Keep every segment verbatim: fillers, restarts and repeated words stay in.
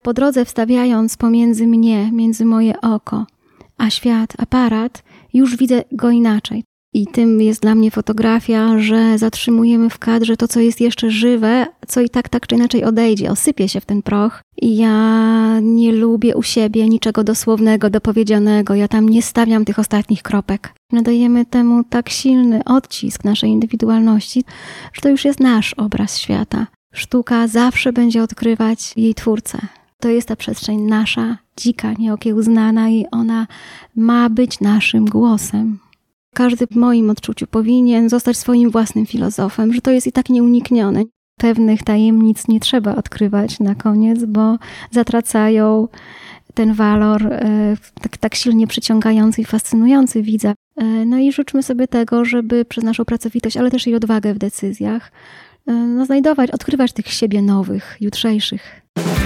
Po drodze wstawiając pomiędzy mnie, między moje oko, a świat, aparat, już widzę go inaczej. I tym jest dla mnie fotografia, że zatrzymujemy w kadrze to, co jest jeszcze żywe, co i tak, tak czy inaczej odejdzie, osypie się w ten proch. I ja nie lubię u siebie niczego dosłownego, dopowiedzianego. Ja tam nie stawiam tych ostatnich kropek. Nadajemy temu tak silny odcisk naszej indywidualności, że to już jest nasz obraz świata. Sztuka zawsze będzie odkrywać jej twórcę. To jest ta przestrzeń nasza, dzika, nieokiełznana i ona ma być naszym głosem. Każdy w moim odczuciu powinien zostać swoim własnym filozofem, że to jest i tak nieuniknione. Pewnych tajemnic nie trzeba odkrywać na koniec, bo zatracają ten walor e, tak, tak silnie przyciągający i fascynujący widza. E, no i życzmy sobie tego, żeby przez naszą pracowitość, ale też i odwagę w decyzjach, e, no, znajdować, odkrywać tych siebie nowych, jutrzejszych.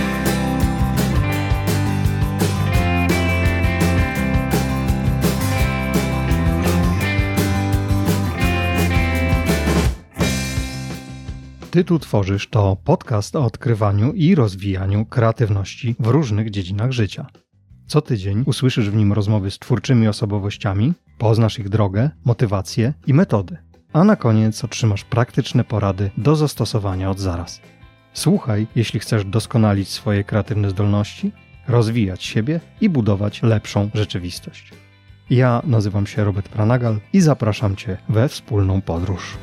Ty tu tworzysz to podcast o odkrywaniu i rozwijaniu kreatywności w różnych dziedzinach życia. Co tydzień usłyszysz w nim rozmowy z twórczymi osobowościami, poznasz ich drogę, motywacje i metody, a na koniec otrzymasz praktyczne porady do zastosowania od zaraz. Słuchaj, jeśli chcesz doskonalić swoje kreatywne zdolności, rozwijać siebie i budować lepszą rzeczywistość. Ja nazywam się Robert Pranagal i zapraszam Cię we wspólną podróż.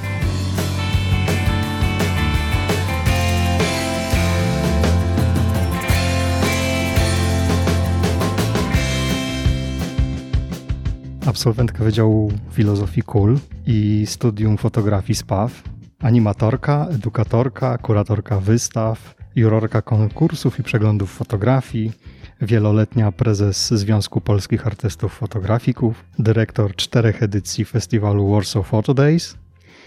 Absolwentka Wydziału Filozofii K U L i Studium Fotografii S P A W, animatorka, edukatorka, kuratorka wystaw, jurorka konkursów i przeglądów fotografii, wieloletnia prezes Związku Polskich Artystów Fotografików, dyrektor czterech edycji festiwalu Warsaw Photo Days,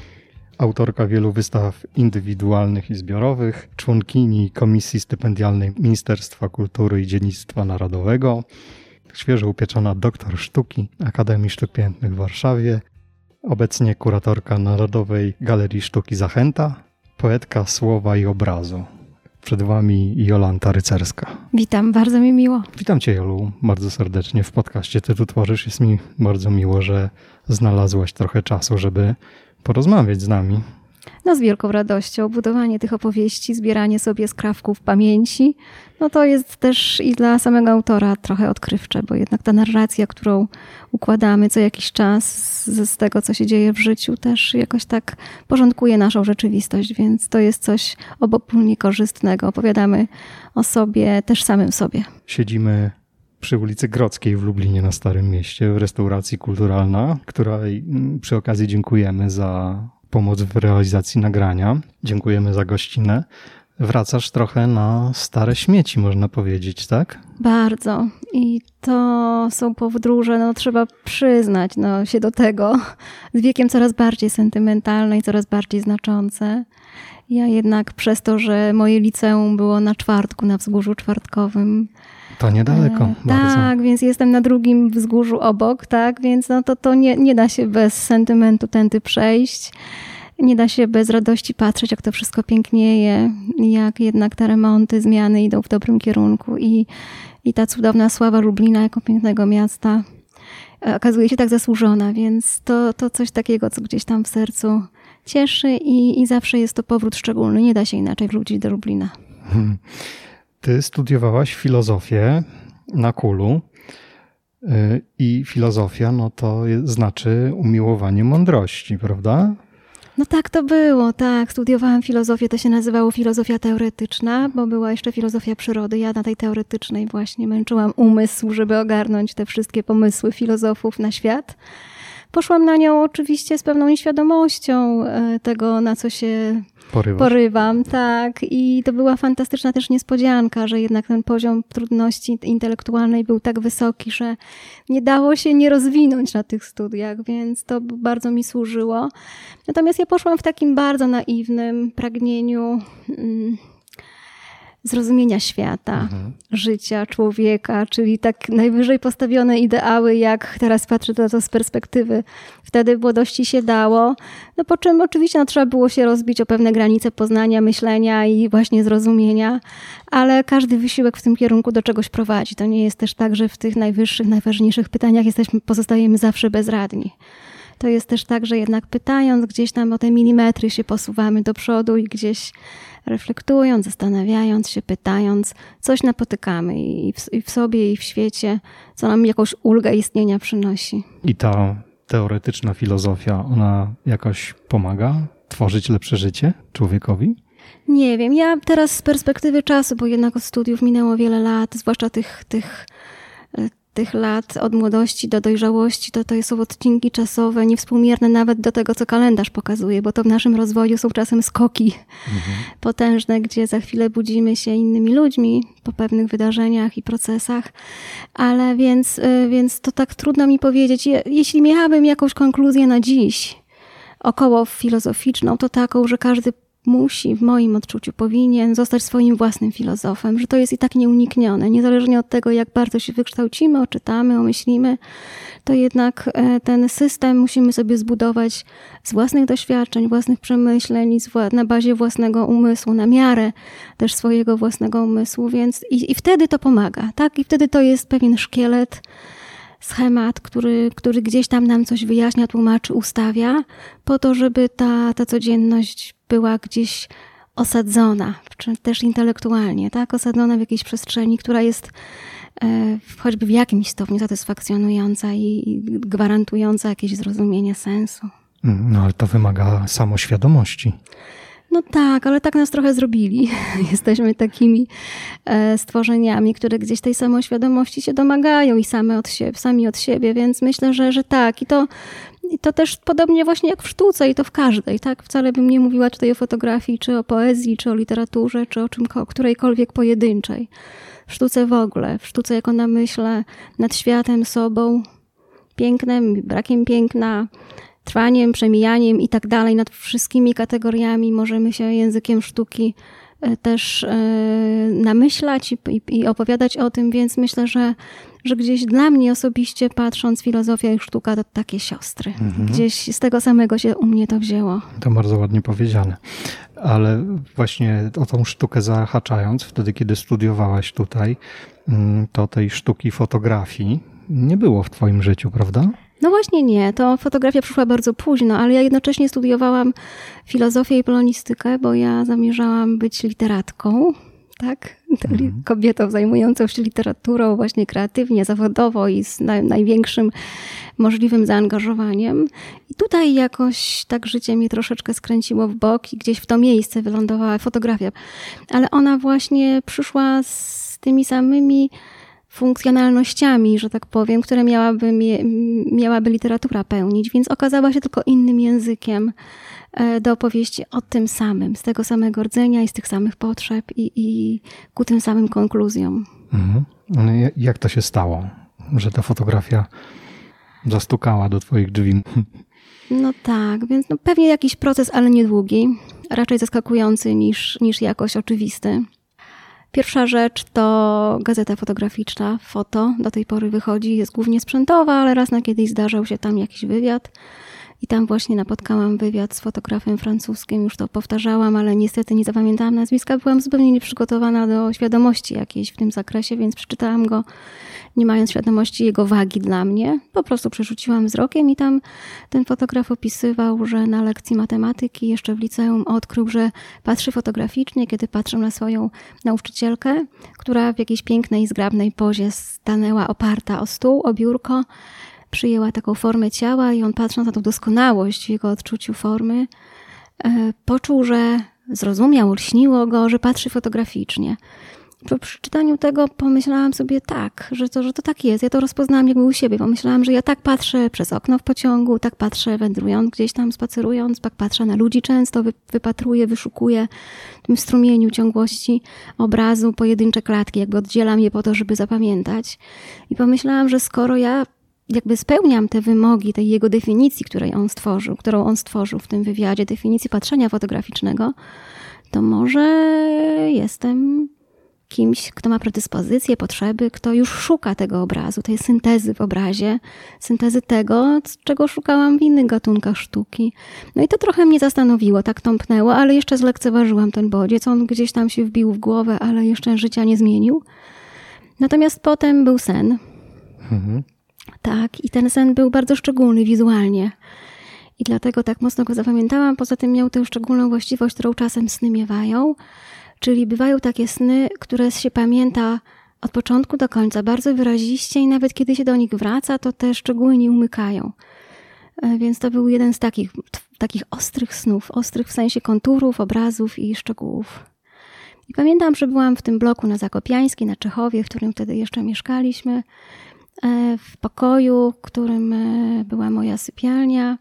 autorka wielu wystaw indywidualnych i zbiorowych, członkini Komisji Stypendialnej Ministerstwa Kultury i Dziedzictwa Narodowego, świeżo upieczona doktor sztuki Akademii Sztuk Pięknych w Warszawie, obecnie kuratorka Narodowej Galerii Sztuki Zachęta, poetka słowa i obrazu. Przed Wami Jolanta Rycerska. Witam, bardzo mi miło. Witam Cię, Jolu, bardzo serdecznie w podcaście Ty tu tworzysz. Jest mi bardzo miło, że znalazłaś trochę czasu, żeby porozmawiać z nami. No z wielką radością. Budowanie tych opowieści, zbieranie sobie skrawków pamięci, no to jest też i dla samego autora trochę odkrywcze, bo jednak ta narracja, którą układamy co jakiś czas z, z tego, co się dzieje w życiu, też jakoś tak porządkuje naszą rzeczywistość, więc to jest coś obopólnie korzystnego. Opowiadamy o sobie, też samym sobie. Siedzimy przy ulicy Grodzkiej w Lublinie na Starym Mieście w restauracji Kulturalna, której przy okazji dziękujemy za pomoc w realizacji nagrania. Dziękujemy za gościnę. Wracasz trochę na stare śmieci, można powiedzieć, tak? Bardzo. I to są podróże, no trzeba przyznać no, się do tego. Z wiekiem coraz bardziej sentymentalne i coraz bardziej znaczące. Ja jednak przez to, że moje liceum było na Czwartku, na Wzgórzu Czwartkowym. To niedaleko e, bardzo. Tak, więc jestem na drugim wzgórzu obok, tak, więc no to, to nie, nie da się bez sentymentu tędy przejść. Nie da się bez radości patrzeć, jak to wszystko pięknieje, jak jednak te remonty, zmiany idą w dobrym kierunku i, i ta cudowna sława Lublina jako pięknego miasta okazuje się tak zasłużona, więc to, to coś takiego, co gdzieś tam w sercu cieszy i, i zawsze jest to powrót szczególny. Nie da się inaczej wrócić do Lublina. Hmm. Ty studiowałaś filozofię na K U L-u i filozofia, no to znaczy umiłowanie mądrości, prawda? No tak to było, tak. Studiowałam filozofię, to się nazywało filozofia teoretyczna, bo była jeszcze filozofia przyrody. Ja na tej teoretycznej właśnie męczyłam umysł, żeby ogarnąć te wszystkie pomysły filozofów na świat. Poszłam na nią oczywiście z pewną nieświadomością tego, na co się Porywasz. porywam. Tak. I to była fantastyczna też niespodzianka, że jednak ten poziom trudności intelektualnej był tak wysoki, że nie dało się nie rozwinąć na tych studiach, więc to bardzo mi służyło. Natomiast ja poszłam w takim bardzo naiwnym pragnieniu mm, zrozumienia świata, mhm. życia, człowieka, czyli tak najwyżej postawione ideały, jak teraz patrzę na to z perspektywy. Wtedy w młodości się dało, no po czym oczywiście no, trzeba było się rozbić o pewne granice poznania, myślenia i właśnie zrozumienia, ale każdy wysiłek w tym kierunku do czegoś prowadzi. To nie jest też tak, że w tych najwyższych, najważniejszych pytaniach jesteśmy, pozostajemy zawsze bezradni. To jest też tak, że jednak pytając gdzieś tam o te milimetry się posuwamy do przodu i gdzieś reflektując, zastanawiając się, pytając, coś napotykamy i w, i w sobie, i w świecie, co nam jakąś ulgę istnienia przynosi. I ta teoretyczna filozofia, ona jakoś pomaga tworzyć lepsze życie człowiekowi? Nie wiem, ja teraz z perspektywy czasu, bo jednak od studiów minęło wiele lat, zwłaszcza tych, tych, tych lat od młodości do dojrzałości, to to są odcinki czasowe niewspółmierne nawet do tego, co kalendarz pokazuje, bo to w naszym rozwoju są czasem skoki mhm. potężne, gdzie za chwilę budzimy się innymi ludźmi po pewnych wydarzeniach i procesach, ale więc, więc to tak trudno mi powiedzieć. Jeśli miałabym jakąś konkluzję na dziś około filozoficzną, to taką, że każdy musi, w moim odczuciu, powinien zostać swoim własnym filozofem, że to jest i tak nieuniknione. Niezależnie od tego, jak bardzo się wykształcimy, oczytamy, omyślimy, to jednak ten system musimy sobie zbudować z własnych doświadczeń, własnych przemyśleń, na bazie własnego umysłu, na miarę też swojego własnego umysłu, więc i, i wtedy to pomaga, tak? I wtedy to jest pewien szkielet, schemat, który, który gdzieś tam nam coś wyjaśnia, tłumaczy, ustawia, po to, żeby ta, ta codzienność była gdzieś osadzona, czy też intelektualnie, tak? Osadzona w jakiejś przestrzeni, która jest e, choćby w jakimś stopniu satysfakcjonująca i, i gwarantująca jakieś zrozumienie sensu. No ale to wymaga samoświadomości. No tak, ale tak nas trochę zrobili. Jesteśmy takimi e, stworzeniami, które gdzieś tej samoświadomości się domagają i same od siebie, sami od siebie, więc myślę, że, że tak. I to, i to też podobnie właśnie jak w sztuce i to w każdej, tak? Wcale bym nie mówiła tutaj o fotografii, czy o poezji, czy o literaturze, czy o czym, o którejkolwiek pojedynczej. W sztuce w ogóle, w sztuce jako namyśle nad światem, sobą, pięknem, brakiem piękna, trwaniem, przemijaniem i tak dalej, nad wszystkimi kategoriami możemy się językiem sztuki też namyślać i, i opowiadać o tym, więc myślę, że, że gdzieś dla mnie osobiście patrząc filozofia i sztuka to takie siostry. Mhm. Gdzieś z tego samego się u mnie to wzięło. To bardzo ładnie powiedziane. Ale właśnie o tą sztukę zahaczając, wtedy kiedy studiowałaś tutaj, to tej sztuki fotografii nie było w twoim życiu, prawda? No właśnie nie, to fotografia przyszła bardzo późno, ale ja jednocześnie studiowałam filozofię i polonistykę, bo ja zamierzałam być literatką, tak? Mhm. Kobietą zajmującą się literaturą właśnie kreatywnie, zawodowo i z naj, największym możliwym zaangażowaniem. I tutaj jakoś tak życie mnie troszeczkę skręciło w bok i gdzieś w to miejsce wylądowała fotografia. Ale ona właśnie przyszła z tymi samymi funkcjonalnościami, że tak powiem, które miałaby, miałaby literatura pełnić, więc okazała się tylko innym językiem do opowieści o tym samym, z tego samego rdzenia i z tych samych potrzeb i, i ku tym samym konkluzjom. Mhm. Ale jak to się stało, że ta fotografia zastukała do twoich drzwi? No tak, więc no pewnie jakiś proces, ale niedługi, raczej zaskakujący niż, niż jakoś oczywisty. Pierwsza rzecz to gazeta fotograficzna, Foto. Do tej pory wychodzi, jest głównie sprzętowa, ale raz na kiedyś zdarzał się tam jakiś wywiad. I tam właśnie napotkałam wywiad z fotografem francuskim, już to powtarzałam, ale niestety nie zapamiętałam nazwiska. Byłam zupełnie nieprzygotowana do świadomości jakiejś w tym zakresie, więc przeczytałam go, nie mając świadomości jego wagi dla mnie. Po prostu przerzuciłam wzrokiem i tam ten fotograf opisywał, że na lekcji matematyki jeszcze w liceum odkrył, że patrzy fotograficznie, kiedy patrzył na swoją nauczycielkę, która w jakiejś pięknej, zgrabnej pozie stanęła oparta o stół, o biurko, przyjęła taką formę ciała i on, patrząc na tą doskonałość w jego odczuciu formy, poczuł, że zrozumiał, lśniło go, że patrzy fotograficznie. Po przeczytaniu tego pomyślałam sobie tak, że to, że to tak jest. Ja to rozpoznałam jakby u siebie. Pomyślałam, że ja tak patrzę przez okno w pociągu, tak patrzę wędrując gdzieś tam, spacerując, tak patrzę na ludzi często, wypatruję, wyszukuję w tym strumieniu ciągłości obrazu pojedyncze klatki, jakby oddzielam je po to, żeby zapamiętać. I pomyślałam, że skoro ja jakby spełniam te wymogi tej jego definicji, której on stworzył, którą on stworzył w tym wywiadzie, definicji patrzenia fotograficznego, to może jestem kimś, kto ma predyspozycje, potrzeby, kto już szuka tego obrazu, tej syntezy w obrazie, syntezy tego, czego szukałam w innych gatunkach sztuki. No i to trochę mnie zastanowiło, tak tąpnęło, ale jeszcze zlekceważyłam ten bodziec. On gdzieś tam się wbił w głowę, ale jeszcze życia nie zmienił. Natomiast potem był sen. Mhm. Tak, i ten sen był bardzo szczególny wizualnie. I dlatego tak mocno go zapamiętałam. Poza tym miał tę szczególną właściwość, którą czasem sny miewają. Czyli bywają takie sny, które się pamięta od początku do końca bardzo wyraziście i nawet kiedy się do nich wraca, to te szczegóły nie umykają. Więc to był jeden z takich, takich ostrych snów, ostrych w sensie konturów, obrazów i szczegółów. I pamiętam, że byłam w tym bloku na Zakopiańskiej, na Czechowie, w którym wtedy jeszcze mieszkaliśmy, w pokoju, w którym była moja sypialnia.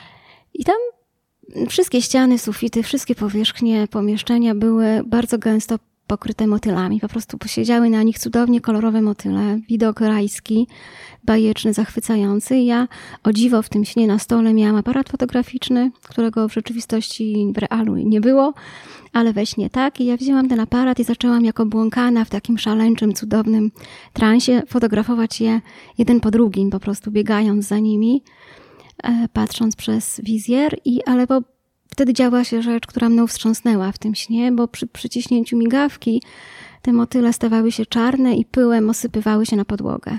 I tam wszystkie ściany, sufity, wszystkie powierzchnie pomieszczenia były bardzo gęsto pokryte motylami. Po prostu posiedziały na nich cudownie kolorowe motyle. Widok rajski, bajeczny, zachwycający. Ja o dziwo w tym śnie na stole miałam aparat fotograficzny, którego w rzeczywistości w realu nie było, ale we śnie tak. I ja wzięłam ten aparat i zaczęłam jako błąkana w takim szaleńczym, cudownym transie fotografować je jeden po drugim, po prostu biegając za nimi, patrząc przez wizjer, i, ale bo wtedy działa się rzecz, która mną wstrząsnęła w tym śnie, bo przy przyciśnięciu migawki te motyle stawały się czarne i pyłem osypywały się na podłogę.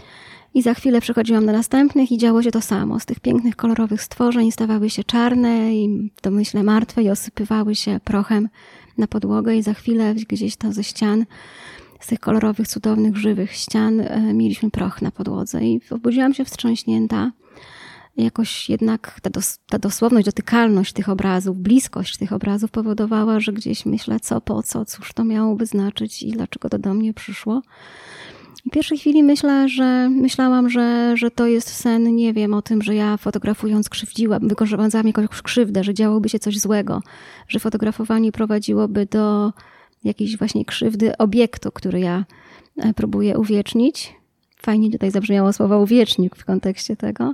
I za chwilę przechodziłam do następnych i działo się to samo. Z tych pięknych, kolorowych stworzeń stawały się czarne i w domyśle martwe i osypywały się prochem na podłogę i za chwilę gdzieś to ze ścian, z tych kolorowych, cudownych, żywych ścian mieliśmy proch na podłodze i obudziłam się wstrząśnięta. Jakoś jednak ta, dos, ta dosłowność, dotykalność tych obrazów, bliskość tych obrazów powodowała, że gdzieś myślę, co, po co, cóż to miałoby znaczyć i dlaczego to do mnie przyszło. I w pierwszej chwili myślę, że myślałam, że, że to jest sen, nie wiem, o tym, że ja fotografując krzywdziłam, wykonywałam jakąś krzywdę, że działoby się coś złego, że fotografowanie prowadziłoby do jakiejś właśnie krzywdy obiektu, który ja próbuję uwiecznić. Fajnie tutaj zabrzmiało słowo uwiecznik w kontekście tego.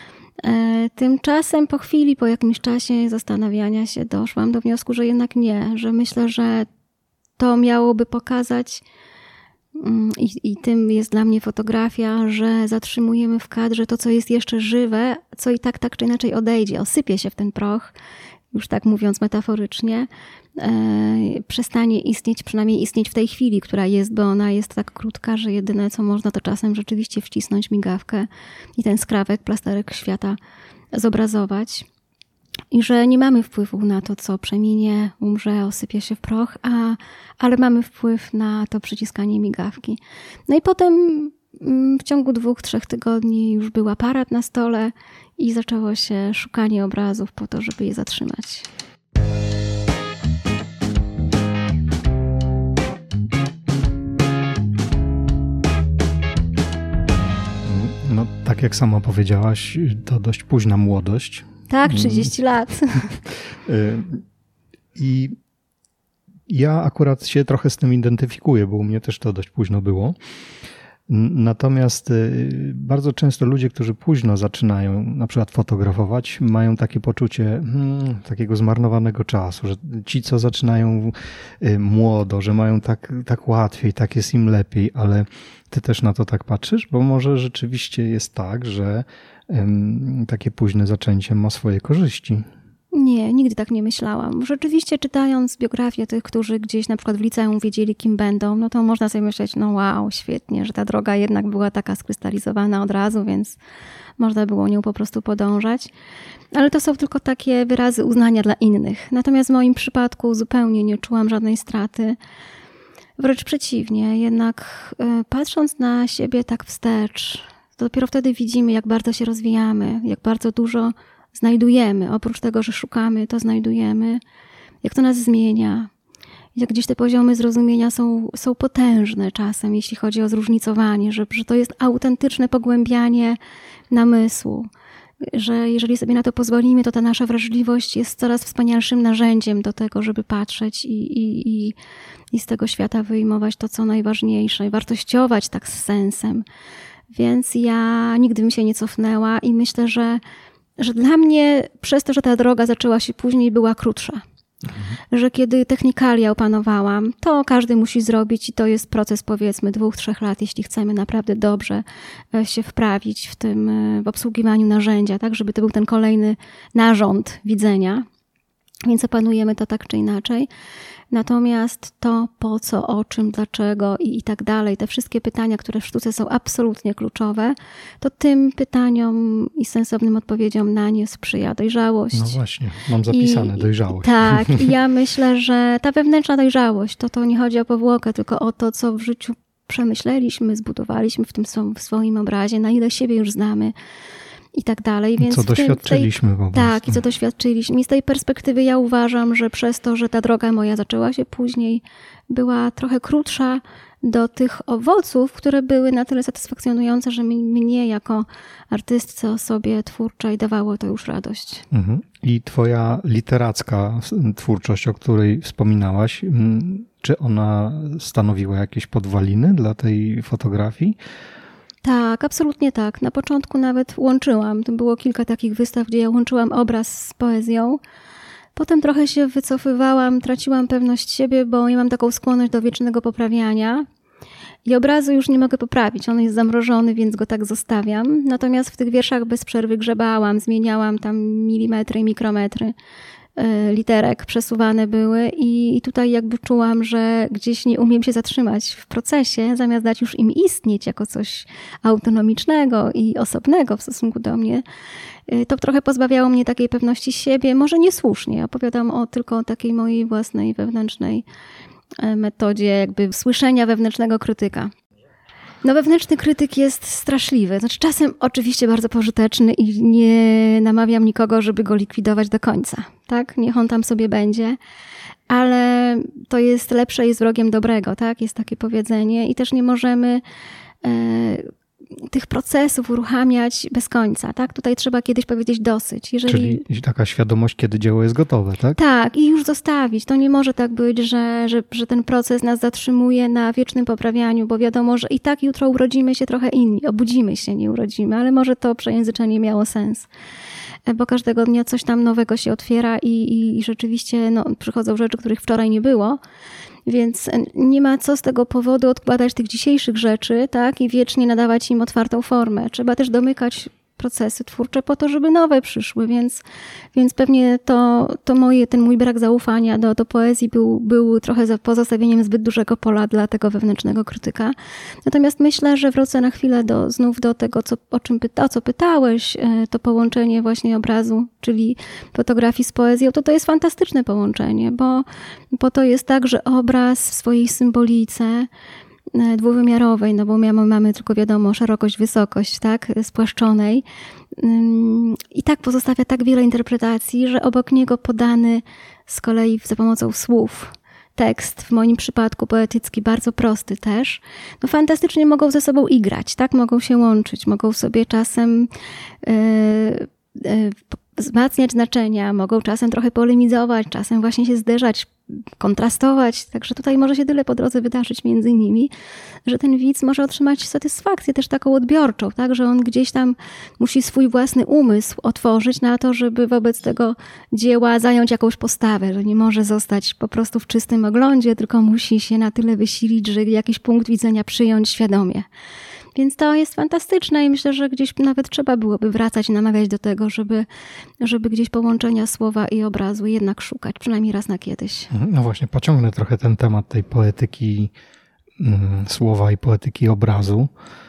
Tymczasem po chwili, po jakimś czasie zastanawiania się doszłam do wniosku, że jednak nie, że myślę, że to miałoby pokazać i, i tym jest dla mnie fotografia, że zatrzymujemy w kadrze to, co jest jeszcze żywe, co i tak tak czy inaczej odejdzie, osypie się w ten proch, już tak mówiąc metaforycznie, e, przestanie istnieć, przynajmniej istnieć w tej chwili, która jest, bo ona jest tak krótka, że jedyne co można to czasem rzeczywiście wcisnąć migawkę i ten skrawek, plasterek świata zobrazować. I że nie mamy wpływu na to, co przeminie, umrze, osypie się w proch, a, ale mamy wpływ na to przyciskanie migawki. No i potem w ciągu dwóch, trzech tygodni już był aparat na stole i zaczęło się szukanie obrazów po to, żeby je zatrzymać. No, tak jak sama powiedziałaś, to dość późna młodość. Tak, trzydzieści lat. I ja akurat się trochę z tym identyfikuję, bo u mnie też to dość późno było. Natomiast bardzo często ludzie, którzy późno zaczynają na przykład fotografować, mają takie poczucie hmm, takiego zmarnowanego czasu, że ci, co zaczynają młodo, że mają tak, tak łatwiej, tak jest im lepiej, ale ty też na to tak patrzysz? Bo może rzeczywiście jest tak, że um, takie późne zaczęcie ma swoje korzyści. Nie, nigdy tak nie myślałam. Rzeczywiście czytając biografię tych, którzy gdzieś na przykład w liceum wiedzieli, kim będą, no to można sobie myśleć, no wow, świetnie, że ta droga jednak była taka skrystalizowana od razu, więc można było nią po prostu podążać. Ale to są tylko takie wyrazy uznania dla innych. Natomiast w moim przypadku zupełnie nie czułam żadnej straty. Wręcz przeciwnie, jednak patrząc na siebie tak wstecz, to dopiero wtedy widzimy, jak bardzo się rozwijamy, jak bardzo dużo znajdujemy. Oprócz tego, że szukamy, to znajdujemy. Jak to nas zmienia. Jak gdzieś te poziomy zrozumienia są, są potężne czasem, jeśli chodzi o zróżnicowanie, że, że to jest autentyczne pogłębianie namysłu. Że jeżeli sobie na to pozwolimy, to ta nasza wrażliwość jest coraz wspanialszym narzędziem do tego, żeby patrzeć i, i, i, i z tego świata wyjmować to, co najważniejsze. I wartościować tak z sensem. Więc ja nigdy bym się nie cofnęła i myślę, że że dla mnie przez to, że ta droga zaczęła się później, była krótsza. Mhm. że kiedy technikalia opanowałam, to każdy musi zrobić i to jest proces powiedzmy dwóch, trzech lat, jeśli chcemy naprawdę dobrze się wprawić w tym, w obsługiwaniu narzędzia, tak, żeby to był ten kolejny narząd widzenia. Więc opanujemy to tak czy inaczej. Natomiast to po co, o czym, dlaczego i, i tak dalej, te wszystkie pytania, które w sztuce są absolutnie kluczowe, to tym pytaniom i sensownym odpowiedziom na nie sprzyja dojrzałość. No właśnie, mam zapisane I, dojrzałość. Tak, i ja myślę, że ta wewnętrzna dojrzałość, to to nie chodzi o powłokę, tylko o to, co w życiu przemyśleliśmy, zbudowaliśmy w tym w swoim obrazie, na ile siebie już znamy. I tak dalej. Więc co doświadczyliśmy tej, po prostu. Tak, i co doświadczyliśmy. I z tej perspektywy ja uważam, że przez to, że ta droga moja zaczęła się później, była trochę krótsza do tych owoców, które były na tyle satysfakcjonujące, że mnie jako artystce, osobie twórczej dawało to już radość. Mhm. I twoja literacka twórczość, o której wspominałaś, czy ona stanowiła jakieś podwaliny dla tej fotografii? Tak, absolutnie tak. Na początku nawet łączyłam. To było kilka takich wystaw, gdzie ja łączyłam obraz z poezją. Potem trochę się wycofywałam, traciłam pewność siebie, bo ja mam taką skłonność do wiecznego poprawiania. I obrazu już nie mogę poprawić. On jest zamrożony, więc go tak zostawiam. Natomiast w tych wierszach bez przerwy grzebałam, zmieniałam tam milimetry i mikrometry literek przesuwane były i tutaj jakby czułam, że gdzieś nie umiem się zatrzymać w procesie, zamiast dać już im istnieć jako coś autonomicznego i osobnego w stosunku do mnie. To trochę pozbawiało mnie takiej pewności siebie, może niesłusznie. Opowiadam o tylko o takiej mojej własnej wewnętrznej metodzie jakby słyszenia wewnętrznego krytyka. No wewnętrzny krytyk jest straszliwy. Znaczy czasem oczywiście bardzo pożyteczny i nie namawiam nikogo, żeby go likwidować do końca. Tak? Niech on tam sobie będzie. Ale to jest lepsze jest wrogiem dobrego. Tak? Jest takie powiedzenie. I też nie możemy e, tych procesów uruchamiać bez końca. Tak? Tutaj trzeba kiedyś powiedzieć dosyć. Jeżeli... Czyli taka świadomość, kiedy dzieło jest gotowe, tak? Tak, i już zostawić. To nie może tak być, że, że, że ten proces nas zatrzymuje na wiecznym poprawianiu, bo wiadomo, że i tak jutro urodzimy się trochę inni. Obudzimy się, nie urodzimy, ale może to przejęzyczenie miało sens. Bo każdego dnia coś tam nowego się otwiera i, i, i rzeczywiście no, przychodzą rzeczy, których wczoraj nie było. Więc nie ma co z tego powodu odkładać tych dzisiejszych rzeczy, tak, i wiecznie nadawać im otwartą formę. Trzeba też domykać procesy twórcze po to, żeby nowe przyszły, więc, więc pewnie to, to moje, ten mój brak zaufania do, do poezji był, był trochę za pozostawieniem zbyt dużego pola dla tego wewnętrznego krytyka. Natomiast myślę, że wrócę na chwilę do, znów do tego, co, o czym pyta, o co pytałeś, to połączenie właśnie obrazu, czyli fotografii z poezją, to to jest fantastyczne połączenie, bo, bo to jest tak, że obraz w swojej symbolice dwuwymiarowej, no bo mamy tylko wiadomo szerokość, wysokość, tak, spłaszczonej i tak pozostawia tak wiele interpretacji, że obok niego podany z kolei za pomocą słów tekst, w moim przypadku poetycki, bardzo prosty też, no fantastycznie mogą ze sobą igrać, tak, mogą się łączyć, mogą sobie czasem yy, yy, wzmacniać znaczenia, mogą czasem trochę polemizować, czasem właśnie się zderzać, kontrastować, także tutaj może się tyle po drodze wydarzyć między nimi, że ten widz może otrzymać satysfakcję też taką odbiorczą, tak, że on gdzieś tam musi swój własny umysł otworzyć na to, żeby wobec tego dzieła zająć jakąś postawę, że nie może zostać po prostu w czystym oglądzie, tylko musi się na tyle wysilić, że jakiś punkt widzenia przyjąć świadomie. Więc to jest fantastyczne i myślę, że gdzieś nawet trzeba byłoby wracać i namawiać do tego, żeby, żeby gdzieś połączenia słowa i obrazu jednak szukać, przynajmniej raz na kiedyś. No właśnie, pociągnę trochę ten temat tej poetyki słowa i poetyki obrazu.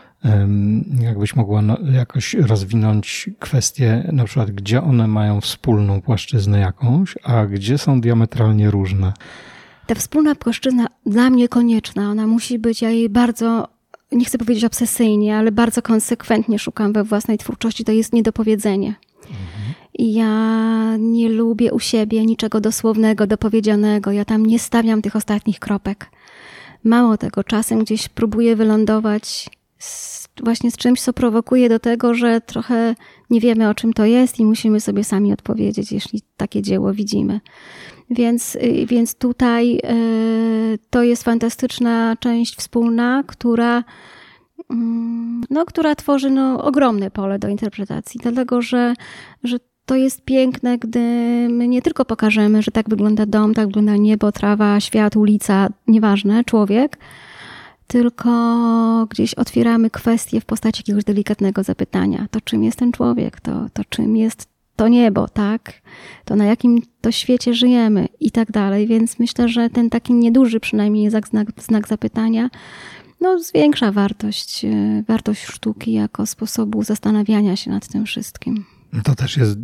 Jakbyś mogła jakoś rozwinąć kwestię, na przykład gdzie one mają wspólną płaszczyznę jakąś, a gdzie są diametralnie różne? Ta wspólna płaszczyzna dla mnie konieczna, ona musi być, ja jej bardzo... nie chcę powiedzieć obsesyjnie, ale bardzo konsekwentnie szukam we własnej twórczości, to jest niedopowiedzenie. Mhm. I ja nie lubię u siebie niczego dosłownego, dopowiedzianego. Ja tam nie stawiam tych ostatnich kropek. Mało tego, czasem gdzieś próbuję wylądować z, właśnie z czymś, co prowokuje do tego, że trochę nie wiemy, o czym to jest i musimy sobie sami odpowiedzieć, jeśli takie dzieło widzimy. Więc, więc tutaj y, to jest fantastyczna część wspólna, która, y, no, która tworzy no, ogromne pole do interpretacji, dlatego że, że to jest piękne, gdy my nie tylko pokażemy, że tak wygląda dom, tak wygląda niebo, trawa, świat, ulica, nieważne, człowiek, tylko gdzieś otwieramy kwestię w postaci jakiegoś delikatnego zapytania. To czym jest ten człowiek? To, to czym jest to niebo, tak? To na jakim to świecie żyjemy i tak dalej. Więc myślę, że ten taki nieduży przynajmniej znak, znak, znak zapytania no, zwiększa wartość, wartość sztuki jako sposobu zastanawiania się nad tym wszystkim. To też jest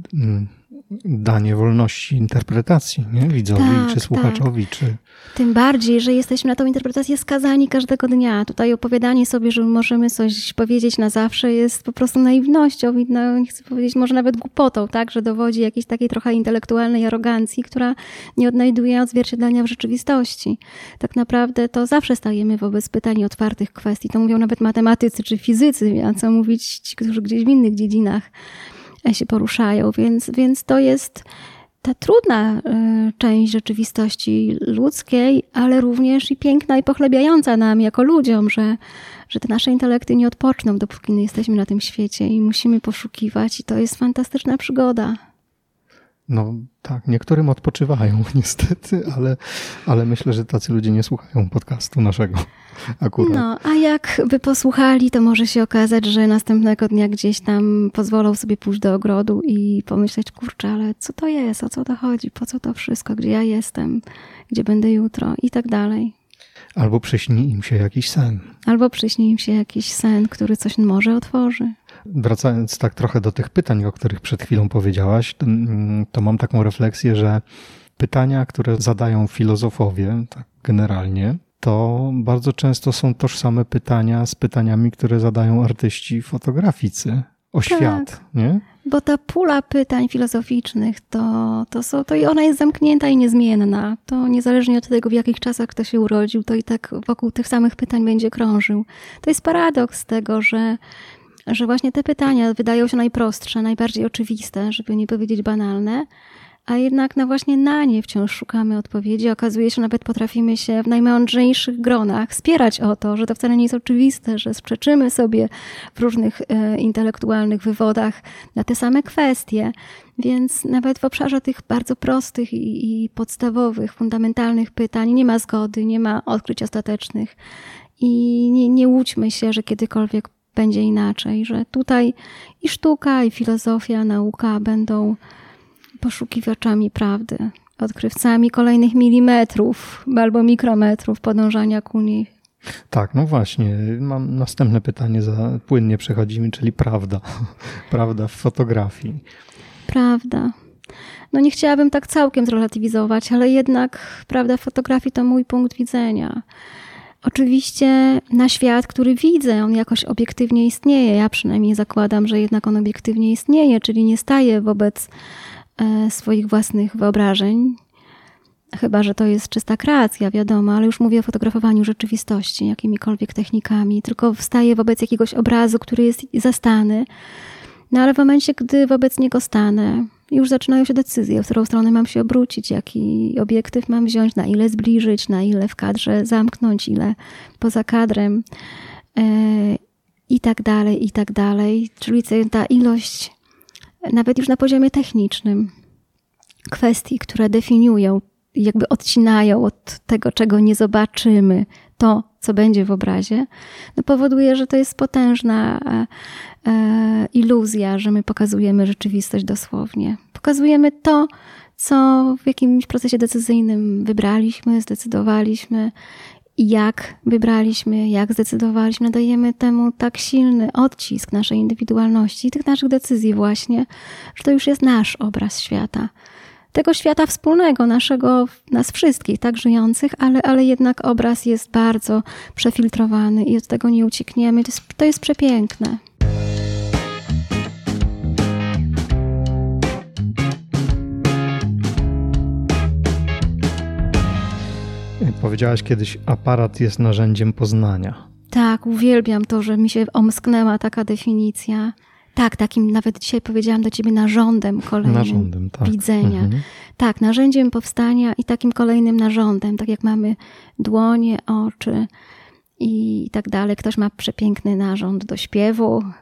danie wolności interpretacji, nie? Widzowi tak, czy słuchaczowi. Tak. Czy... Tym bardziej, że jesteśmy na tą interpretację skazani każdego dnia. Tutaj opowiadanie sobie, że możemy coś powiedzieć na zawsze jest po prostu naiwnością i no, nie chcę powiedzieć może nawet głupotą, tak? Że dowodzi jakiejś takiej trochę intelektualnej arogancji, która nie odnajduje odzwierciedlenia w rzeczywistości. Tak naprawdę to zawsze stajemy wobec pytań i otwartych kwestii. To mówią nawet matematycy czy fizycy, a co mówić ci, którzy gdzieś w innych dziedzinach się poruszają, więc, więc to jest ta trudna y, część rzeczywistości ludzkiej, ale również i piękna i pochlebiająca nam jako ludziom, że, że te nasze intelekty nie odpoczną, dopóki nie jesteśmy na tym świecie i musimy poszukiwać i to jest fantastyczna przygoda. No tak, niektórym odpoczywają niestety, ale, ale myślę, że tacy ludzie nie słuchają podcastu naszego akurat. No, a jak by posłuchali, to może się okazać, że następnego dnia gdzieś tam pozwolą sobie pójść do ogrodu i pomyśleć, kurczę, ale co to jest, o co to chodzi, po co to wszystko, gdzie ja jestem, gdzie będę jutro i tak dalej. Albo przyśni im się jakiś sen. Albo przyśni im się jakiś sen, który coś może otworzy. Wracając tak trochę do tych pytań, o których przed chwilą powiedziałaś, to, to mam taką refleksję, że pytania, które zadają filozofowie, tak generalnie, to bardzo często są tożsame pytania z pytaniami, które zadają artyści fotograficy o tak, świat, nie? Bo ta pula pytań filozoficznych, to, to, są, to i ona jest zamknięta i niezmienna. To niezależnie od tego, w jakich czasach kto się urodził, to i tak wokół tych samych pytań będzie krążył. To jest paradoks tego, że że właśnie te pytania wydają się najprostsze, najbardziej oczywiste, żeby nie powiedzieć banalne, a jednak no właśnie na nie wciąż szukamy odpowiedzi. Okazuje się, że nawet potrafimy się w najmądrzejszych gronach spierać o to, że to wcale nie jest oczywiste, że sprzeczymy sobie w różnych e, intelektualnych wywodach na te same kwestie. Więc nawet w obszarze tych bardzo prostych i, i podstawowych, fundamentalnych pytań nie ma zgody, nie ma odkryć ostatecznych. I nie, nie łudźmy się, że kiedykolwiek będzie inaczej, że tutaj i sztuka, i filozofia, nauka będą poszukiwaczami prawdy, odkrywcami kolejnych milimetrów albo mikrometrów podążania ku niej. Tak, no właśnie. Mam następne pytanie, za płynnie przechodzimy, czyli prawda. Prawda w fotografii. Prawda. No nie chciałabym tak całkiem zrelatywizować, ale jednak prawda w fotografii to mój punkt widzenia. Oczywiście na świat, który widzę, on jakoś obiektywnie istnieje. Ja przynajmniej zakładam, że jednak on obiektywnie istnieje, czyli nie staje wobec e, swoich własnych wyobrażeń. Chyba że to jest czysta kreacja, wiadomo, ale już mówię o fotografowaniu rzeczywistości, jakimikolwiek technikami, tylko staje wobec jakiegoś obrazu, który jest zastany. No ale w momencie, gdy wobec niego stanę, już zaczynają się decyzje, w którą stronę mam się obrócić, jaki obiektyw mam wziąć, na ile zbliżyć, na ile w kadrze zamknąć, ile poza kadrem yy, i tak dalej, i tak dalej. Czyli ta ilość, nawet już na poziomie technicznym, kwestii, które definiują, jakby odcinają od tego, czego nie zobaczymy, to, co będzie w obrazie, no powoduje, że to jest potężna e, e, iluzja, że my pokazujemy rzeczywistość dosłownie. Pokazujemy to, co w jakimś procesie decyzyjnym wybraliśmy, zdecydowaliśmy i jak wybraliśmy, jak zdecydowaliśmy. Dajemy temu tak silny odcisk naszej indywidualności i tych naszych decyzji właśnie, że to już jest nasz obraz świata. Tego świata wspólnego, naszego, nas wszystkich, tak żyjących, ale, ale jednak obraz jest bardzo przefiltrowany i od tego nie uciekniemy. To jest, to jest przepiękne. Powiedziałaś kiedyś, aparat jest narzędziem poznania. Tak, uwielbiam to, że mi się omsknęła taka definicja. Tak, takim nawet dzisiaj powiedziałam do ciebie narządem kolejnym narządem, tak. widzenia. Mhm. Tak, narzędziem powstania i takim kolejnym narządem, tak jak mamy dłonie, oczy i tak dalej. Ktoś ma przepiękny narząd do śpiewu,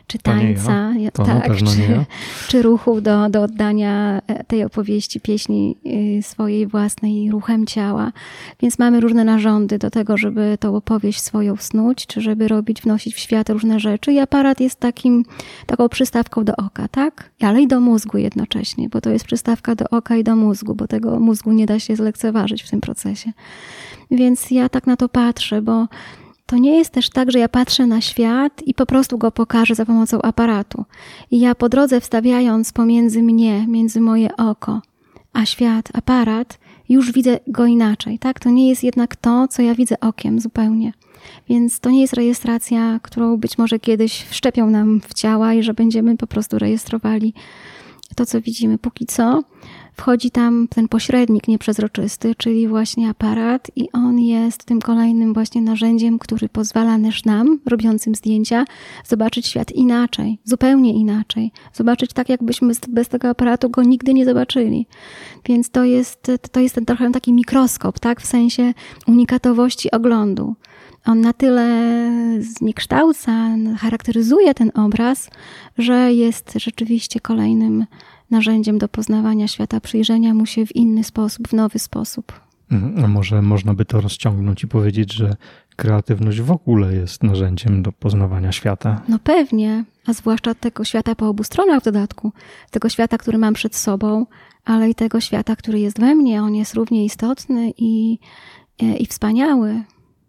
czy tańca, ja. To tak, na pewno czy, nie ja. czy ruchów do, do oddania tej opowieści, pieśni swojej własnej ruchem ciała. Więc mamy różne narządy do tego, żeby tą opowieść swoją snuć, czy żeby robić, wnosić w świat różne rzeczy. I aparat jest takim, taką przystawką do oka, tak? Ale i do mózgu jednocześnie, bo to jest przystawka do oka i do mózgu, bo tego mózgu nie da się zlekceważyć w tym procesie. Więc ja tak na to patrzę, bo to nie jest też tak, że ja patrzę na świat i po prostu go pokażę za pomocą aparatu. I ja po drodze wstawiając pomiędzy mnie, między moje oko, a świat, aparat, już widzę go inaczej, tak? To nie jest jednak to, co ja widzę okiem zupełnie. Więc to nie jest rejestracja, którą być może kiedyś wszczepią nam w ciała i że będziemy po prostu rejestrowali to, co widzimy. Póki co wchodzi tam ten pośrednik nieprzezroczysty, czyli właśnie aparat i on jest tym kolejnym właśnie narzędziem, który pozwala też nam, robiącym zdjęcia, zobaczyć świat inaczej, zupełnie inaczej. Zobaczyć tak, jakbyśmy bez tego aparatu go nigdy nie zobaczyli. Więc to jest, to jest ten trochę taki mikroskop, tak, w sensie unikatowości oglądu. On na tyle zniekształca, charakteryzuje ten obraz, że jest rzeczywiście kolejnym narzędziem do poznawania świata, przyjrzenia mu się w inny sposób, w nowy sposób. A może można by to rozciągnąć i powiedzieć, że kreatywność w ogóle jest narzędziem do poznawania świata? No pewnie, a zwłaszcza tego świata po obu stronach w dodatku. Tego świata, który mam przed sobą, ale i tego świata, który jest we mnie. On jest równie istotny i, i wspaniały.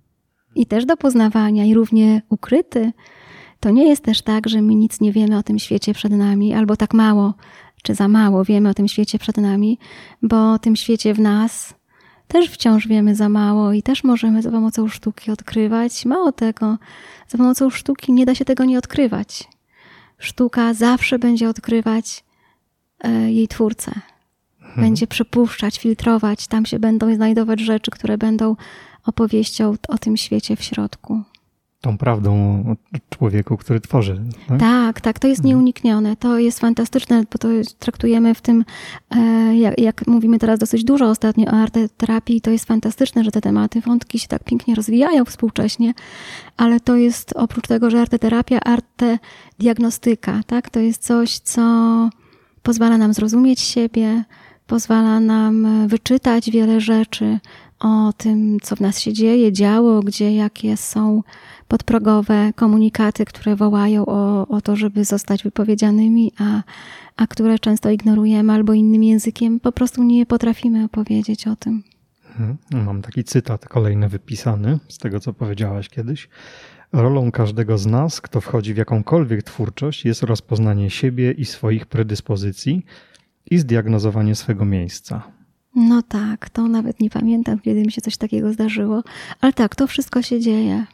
I też do poznawania i równie ukryty. To nie jest też tak, że my nic nie wiemy o tym świecie przed nami, albo tak mało, czy za mało wiemy o tym świecie przed nami, bo o tym świecie w nas też wciąż wiemy za mało i też możemy za pomocą sztuki odkrywać. Mało tego, za pomocą sztuki nie da się tego nie odkrywać. Sztuka zawsze będzie odkrywać e, jej twórcę. Hmm. Będzie przepuszczać, filtrować. Tam się będą znajdować rzeczy, które będą opowieścią o tym świecie w środku. Tą prawdą o człowieku, który tworzy. Tak, tak, tak, to jest nieuniknione. To jest fantastyczne, bo to traktujemy w tym, jak, jak mówimy teraz dosyć dużo ostatnio o arteterapii, to jest fantastyczne, że te tematy, wątki się tak pięknie rozwijają współcześnie, ale to jest oprócz tego, że arteterapia, artediagnostyka, tak? To jest coś, co pozwala nam zrozumieć siebie, pozwala nam wyczytać wiele rzeczy o tym, co w nas się dzieje, działo, gdzie jakie są podprogowe komunikaty, które wołają o, o to, żeby zostać wypowiedzianymi, a, a które często ignorujemy albo innym językiem po prostu nie potrafimy opowiedzieć o tym. Mam taki cytat kolejny wypisany z tego, co powiedziałaś kiedyś. Rolą każdego z nas, kto wchodzi w jakąkolwiek twórczość, jest rozpoznanie siebie i swoich predyspozycji i zdiagnozowanie swego miejsca. No tak, to nawet nie pamiętam, kiedy mi się coś takiego zdarzyło, ale tak, to wszystko się dzieje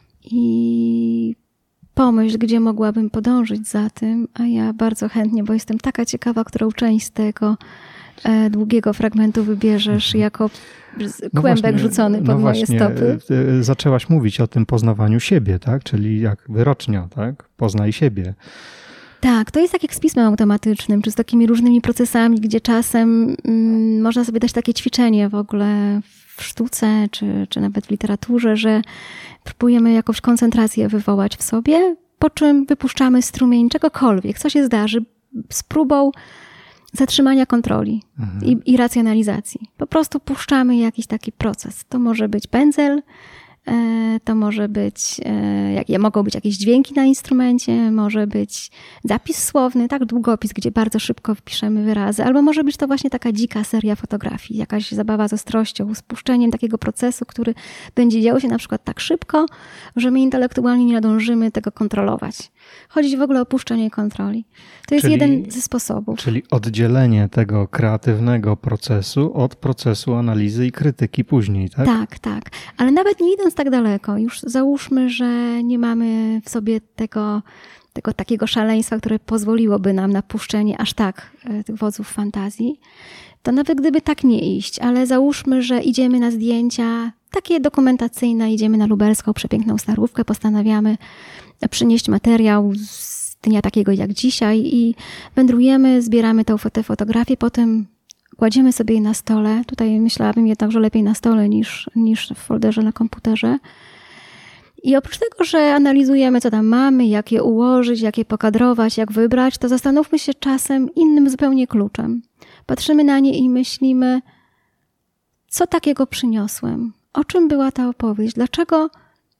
i pomyśl, gdzie mogłabym podążyć za tym, a ja bardzo chętnie, bo jestem taka ciekawa, którą część z tego e, długiego fragmentu wybierzesz jako no kłębek właśnie, rzucony pod no moje właśnie, stopy. Zaczęłaś mówić o tym poznawaniu siebie, tak? Czyli jak wyrocznia, tak? Poznaj siebie. Tak, to jest tak jak z pismem automatycznym, czy z takimi różnymi procesami, gdzie czasem mm, można sobie dać takie ćwiczenie w ogóle w sztuce, czy, czy nawet w literaturze, że próbujemy jakąś koncentrację wywołać w sobie, po czym wypuszczamy strumień czegokolwiek, co się zdarzy, z próbą zatrzymania kontroli mhm. i, i racjonalizacji. Po prostu puszczamy jakiś taki proces. To może być pędzel, to może być, jak, mogą być jakieś dźwięki na instrumencie, może być zapis słowny, tak, długopis, gdzie bardzo szybko wpiszemy wyrazy, albo może być to właśnie taka dzika seria fotografii, jakaś zabawa z ostrością, spuszczeniem takiego procesu, który będzie działo się na przykład tak szybko, że my intelektualnie nie nadążymy tego kontrolować. Chodzi w ogóle o puszczenie kontroli. To jest czyli, jeden ze sposobów. Czyli oddzielenie tego kreatywnego procesu od procesu analizy i krytyki później, tak? Tak, tak. Ale nawet nie idąc tak daleko, już załóżmy, że nie mamy w sobie tego, tego takiego szaleństwa, które pozwoliłoby nam na puszczenie aż tak tych wodzów fantazji, to nawet gdyby tak nie iść, ale załóżmy, że idziemy na zdjęcia takie dokumentacyjne, idziemy na lubelską przepiękną Starówkę, postanawiamy przynieść materiał z dnia takiego jak dzisiaj i wędrujemy, zbieramy tę te fotografię, potem kładziemy sobie je na stole. Tutaj myślałabym jednak, że lepiej na stole niż, niż w folderze na komputerze. I oprócz tego, że analizujemy, co tam mamy, jak je ułożyć, jak je pokadrować, jak wybrać, to zastanówmy się czasem innym zupełnie kluczem. Patrzymy na nie i myślimy, co takiego przyniosłem? O czym była ta opowieść? Dlaczego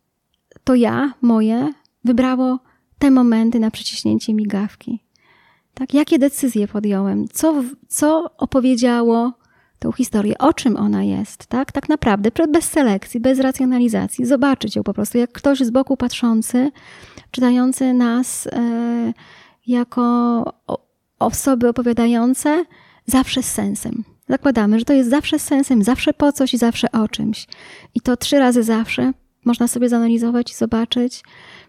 to ja, moje, wybrało te momenty na przyciśnięcie migawki? Tak, jakie decyzje podjąłem? Co, co opowiedziało tą historię? O czym ona jest? Tak, tak naprawdę, bez selekcji, bez racjonalizacji. Zobaczyć ją po prostu, jak ktoś z boku patrzący, czytający nas e, jako osoby opowiadające, zawsze z sensem. Zakładamy, że to jest zawsze z sensem, zawsze po coś i zawsze o czymś. I to trzy razy zawsze można sobie zanalizować i zobaczyć,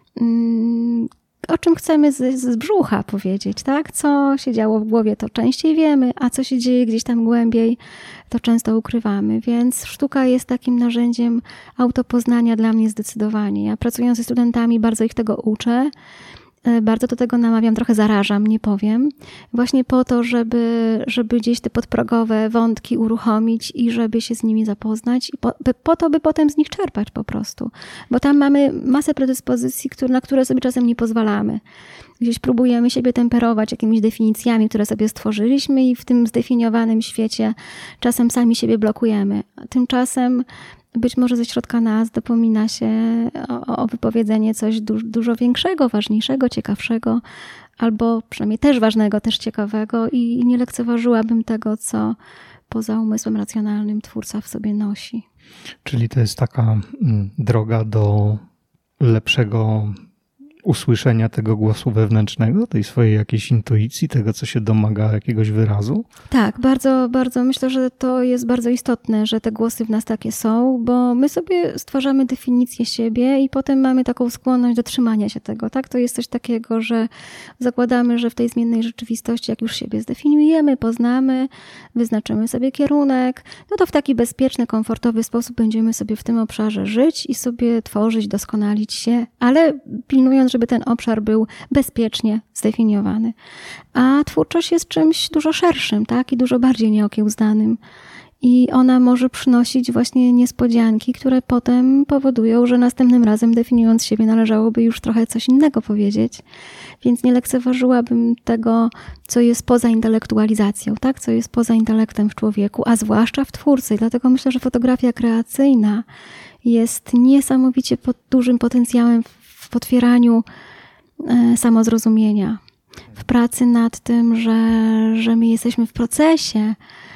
mm, o czym chcemy z, z brzucha powiedzieć, tak? Co się działo w głowie, to częściej wiemy, a co się dzieje gdzieś tam głębiej, to często ukrywamy. Więc sztuka jest takim narzędziem autopoznania dla mnie zdecydowanie. Ja pracując ze studentami bardzo ich tego uczę. Bardzo do tego namawiam, trochę zarażam, nie powiem. Właśnie po to, żeby, żeby gdzieś te podprogowe wątki uruchomić i żeby się z nimi zapoznać i po, po to, by potem z nich czerpać po prostu. Bo tam mamy masę predyspozycji, które, na które sobie czasem nie pozwalamy. Gdzieś próbujemy siebie temperować jakimiś definicjami, które sobie stworzyliśmy i w tym zdefiniowanym świecie czasem sami siebie blokujemy. Tymczasem być może ze środka nas dopomina się o, o wypowiedzenie coś du, dużo większego, ważniejszego, ciekawszego, albo przynajmniej też ważnego, też ciekawego i nie lekceważyłabym tego, co poza umysłem racjonalnym twórca w sobie nosi. Czyli to jest taka droga do lepszego usłyszenia tego głosu wewnętrznego, tej swojej jakiejś intuicji, tego, co się domaga jakiegoś wyrazu? Tak, bardzo, bardzo myślę, że to jest bardzo istotne, że te głosy w nas takie są, bo my sobie stwarzamy definicję siebie i potem mamy taką skłonność do trzymania się tego, tak? To jest coś takiego, że zakładamy, że w tej zmiennej rzeczywistości, jak już siebie zdefiniujemy, poznamy, wyznaczymy sobie kierunek, no to w taki bezpieczny, komfortowy sposób będziemy sobie w tym obszarze żyć i sobie tworzyć, doskonalić się, ale pilnując, żeby ten obszar był bezpiecznie zdefiniowany. A twórczość jest czymś dużo szerszym, tak? I dużo bardziej nieokiełznanym. I ona może przynosić właśnie niespodzianki, które potem powodują, że następnym razem definiując siebie należałoby już trochę coś innego powiedzieć. Więc nie lekceważyłabym tego, co jest poza intelektualizacją, tak? Co jest poza intelektem w człowieku, a zwłaszcza w twórcy. Dlatego myślę, że fotografia kreacyjna jest niesamowicie pod dużym potencjałem w potwieraniu samozrozumienia, w pracy nad tym, że, że my jesteśmy w procesie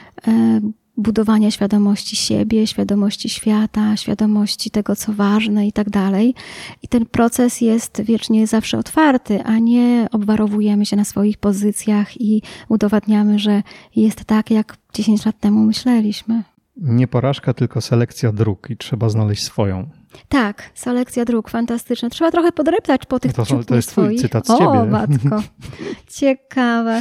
budowania świadomości siebie, świadomości świata, świadomości tego, co ważne i tak dalej. I ten proces jest wiecznie zawsze otwarty, a nie obwarowujemy się na swoich pozycjach i udowadniamy, że jest tak, jak dziesięć lat temu myśleliśmy. Nie porażka, tylko selekcja dróg i trzeba znaleźć swoją. Tak, selekcja dróg, fantastyczna. Trzeba trochę podreptać po tych to, ciupnych to jest twój swoich. cytat z o, ciebie. O, matko. Ciekawe.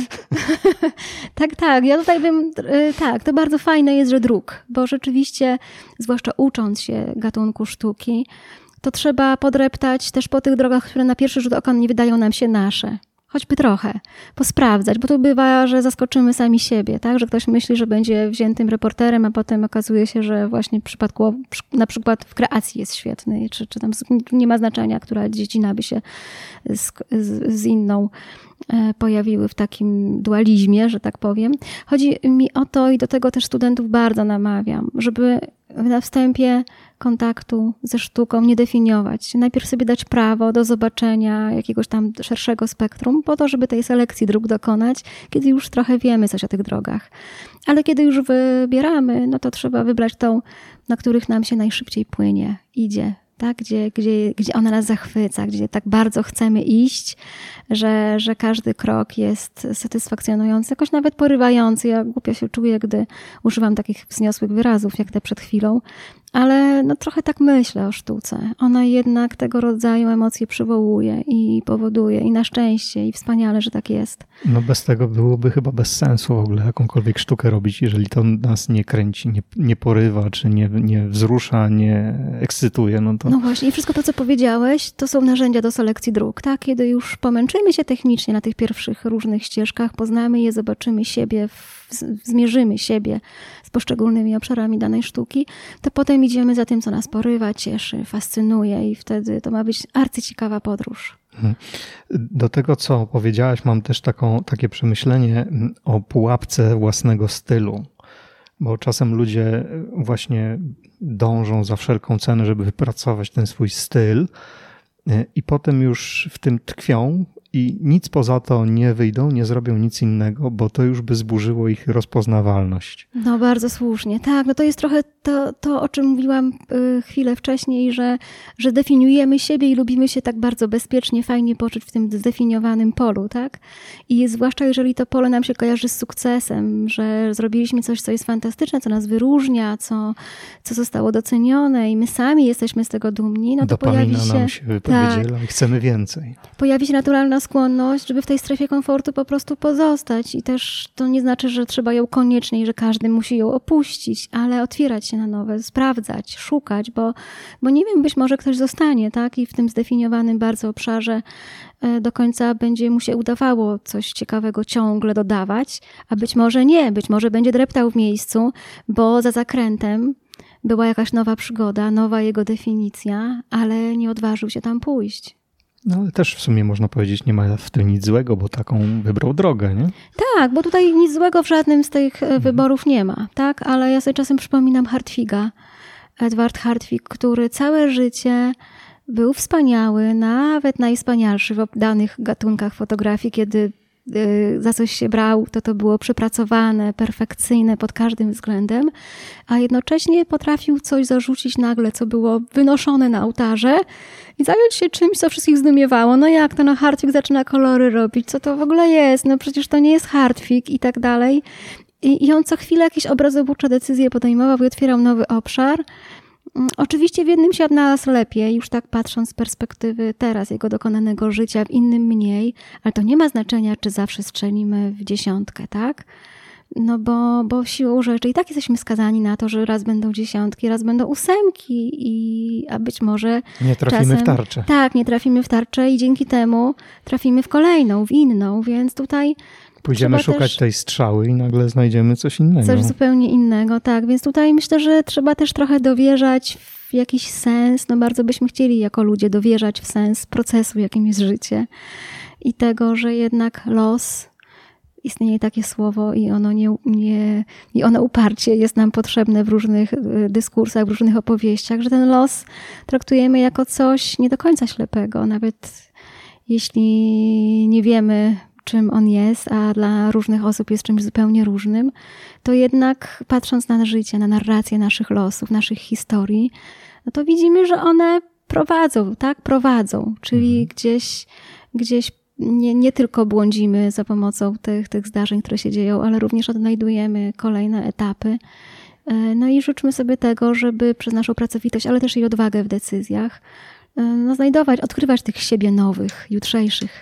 tak, tak. Ja tutaj bym... Tak, to bardzo fajne jest, że dróg, bo rzeczywiście, zwłaszcza ucząc się gatunku sztuki, to trzeba podreptać też po tych drogach, które na pierwszy rzut oka nie wydają nam się nasze. Choćby trochę, posprawdzać, bo to bywa, że zaskoczymy sami siebie, tak? Że ktoś myśli, że będzie wziętym reporterem, a potem okazuje się, że właśnie w przypadku, na przykład w kreacji jest świetny, czy, czy tam nie ma znaczenia, która dziedzina by się z, z, z inną pojawiły w takim dualizmie, że tak powiem. Chodzi mi o to i do tego też studentów bardzo namawiam, żeby na wstępie kontaktu ze sztuką nie definiować. Najpierw sobie dać prawo do zobaczenia jakiegoś tam szerszego spektrum, po to, żeby tej selekcji dróg dokonać, kiedy już trochę wiemy coś o tych drogach. Ale kiedy już wybieramy, no to trzeba wybrać tą, na których nam się najszybciej płynie, idzie, tak? Gdzie, gdzie, gdzie ona nas zachwyca, gdzie tak bardzo chcemy iść, że, że każdy krok jest satysfakcjonujący, jakoś nawet porywający. Ja głupio się czuję, gdy używam takich wzniosłych wyrazów, jak te przed chwilą, ale no trochę tak myślę o sztuce. Ona jednak tego rodzaju emocje przywołuje i powoduje i na szczęście i wspaniale, że tak jest. No bez tego byłoby chyba bez sensu w ogóle jakąkolwiek sztukę robić, jeżeli to nas nie kręci, nie, nie porywa, czy nie, nie wzrusza, nie ekscytuje. No, to... no właśnie i wszystko to, co powiedziałeś, to są narzędzia do selekcji dróg, tak? Kiedy już pomęczymy się technicznie na tych pierwszych różnych ścieżkach, poznamy je, zobaczymy siebie, w, zmierzymy siebie z poszczególnymi obszarami danej sztuki, to potem idziemy za tym, co nas porywa, cieszy, fascynuje i wtedy to ma być arcyciekawa podróż. Do tego, co powiedziałaś, mam też taką, takie przemyślenie o pułapce własnego stylu, bo czasem ludzie właśnie dążą za wszelką cenę, żeby wypracować ten swój styl i potem już w tym tkwią i nic poza to nie wyjdą, nie zrobią nic innego, bo to już by zburzyło ich rozpoznawalność. No bardzo słusznie. Tak, no to jest trochę to, to o czym mówiłam y, chwilę wcześniej, że, że definiujemy siebie i lubimy się tak bardzo bezpiecznie, fajnie poczuć w tym zdefiniowanym polu, tak? I zwłaszcza jeżeli to pole nam się kojarzy z sukcesem, że zrobiliśmy coś, co jest fantastyczne, co nas wyróżnia, co, co zostało docenione i my sami jesteśmy z tego dumni, no to Dopamina pojawi się... nam się wypowiedziela i chcemy więcej. Pojawi się naturalna skłonność, żeby w tej strefie komfortu po prostu pozostać i też to nie znaczy, że trzeba ją koniecznie i że każdy musi ją opuścić, ale otwierać się na nowe, sprawdzać, szukać, bo, bo nie wiem, być może ktoś zostanie, tak? I w tym zdefiniowanym bardzo obszarze do końca będzie mu się udawało coś ciekawego ciągle dodawać, a być może nie, być może będzie dreptał w miejscu, bo za zakrętem była jakaś nowa przygoda, nowa jego definicja, ale nie odważył się tam pójść. No ale też w sumie można powiedzieć, nie ma w tym nic złego, bo taką wybrał drogę, nie? Tak, bo tutaj nic złego w żadnym z tych mhm. wyborów nie ma, tak? Ale ja sobie czasem przypominam Hartwiga, Edward Hartwig, który całe życie był wspaniały, nawet najwspanialszy w danych gatunkach fotografii, kiedy za coś się brał, to to było przepracowane, perfekcyjne pod każdym względem, a jednocześnie potrafił coś zarzucić nagle, co było wynoszone na ołtarze i zająć się czymś, co wszystkich zdumiewało. No jak to, no Hartwig zaczyna kolory robić, co to w ogóle jest? No przecież to nie jest Hartwig i tak dalej. I, i on co chwilę jakieś obrazobórcze decyzje podejmował i otwierał nowy obszar. Oczywiście w jednym się odnalazł lepiej, już tak patrząc z perspektywy teraz jego dokonanego życia, w innym mniej, ale to nie ma znaczenia, czy zawsze strzelimy w dziesiątkę, tak? No bo, bo siłą rzeczy i tak jesteśmy skazani na to, że raz będą dziesiątki, raz będą ósemki, i, a być może nie trafimy czasem, w tarczę. Tak, nie trafimy w tarczę i dzięki temu trafimy w kolejną, w inną, więc tutaj pójdziemy trzeba szukać też tej strzały i nagle znajdziemy coś innego. Coś zupełnie innego, tak. Więc tutaj myślę, że trzeba też trochę dowierzać w jakiś sens. No bardzo byśmy chcieli jako ludzie dowierzać w sens procesu, jakim jest życie. I tego, że jednak los, istnieje takie słowo i ono, nie, nie, i ono uparcie jest nam potrzebne w różnych dyskursach, w różnych opowieściach, że ten los traktujemy jako coś nie do końca ślepego. Nawet jeśli nie wiemy, czym on jest, a dla różnych osób jest czymś zupełnie różnym, to jednak patrząc na życie, na narrację naszych losów, naszych historii, no to widzimy, że one prowadzą, tak? Prowadzą, czyli mhm. gdzieś, gdzieś nie, nie tylko błądzimy za pomocą tych, tych zdarzeń, które się dzieją, ale również odnajdujemy kolejne etapy. No i życzmy sobie tego, żeby przez naszą pracowitość, ale też i odwagę w decyzjach, no znajdować, odkrywać tych siebie nowych, jutrzejszych.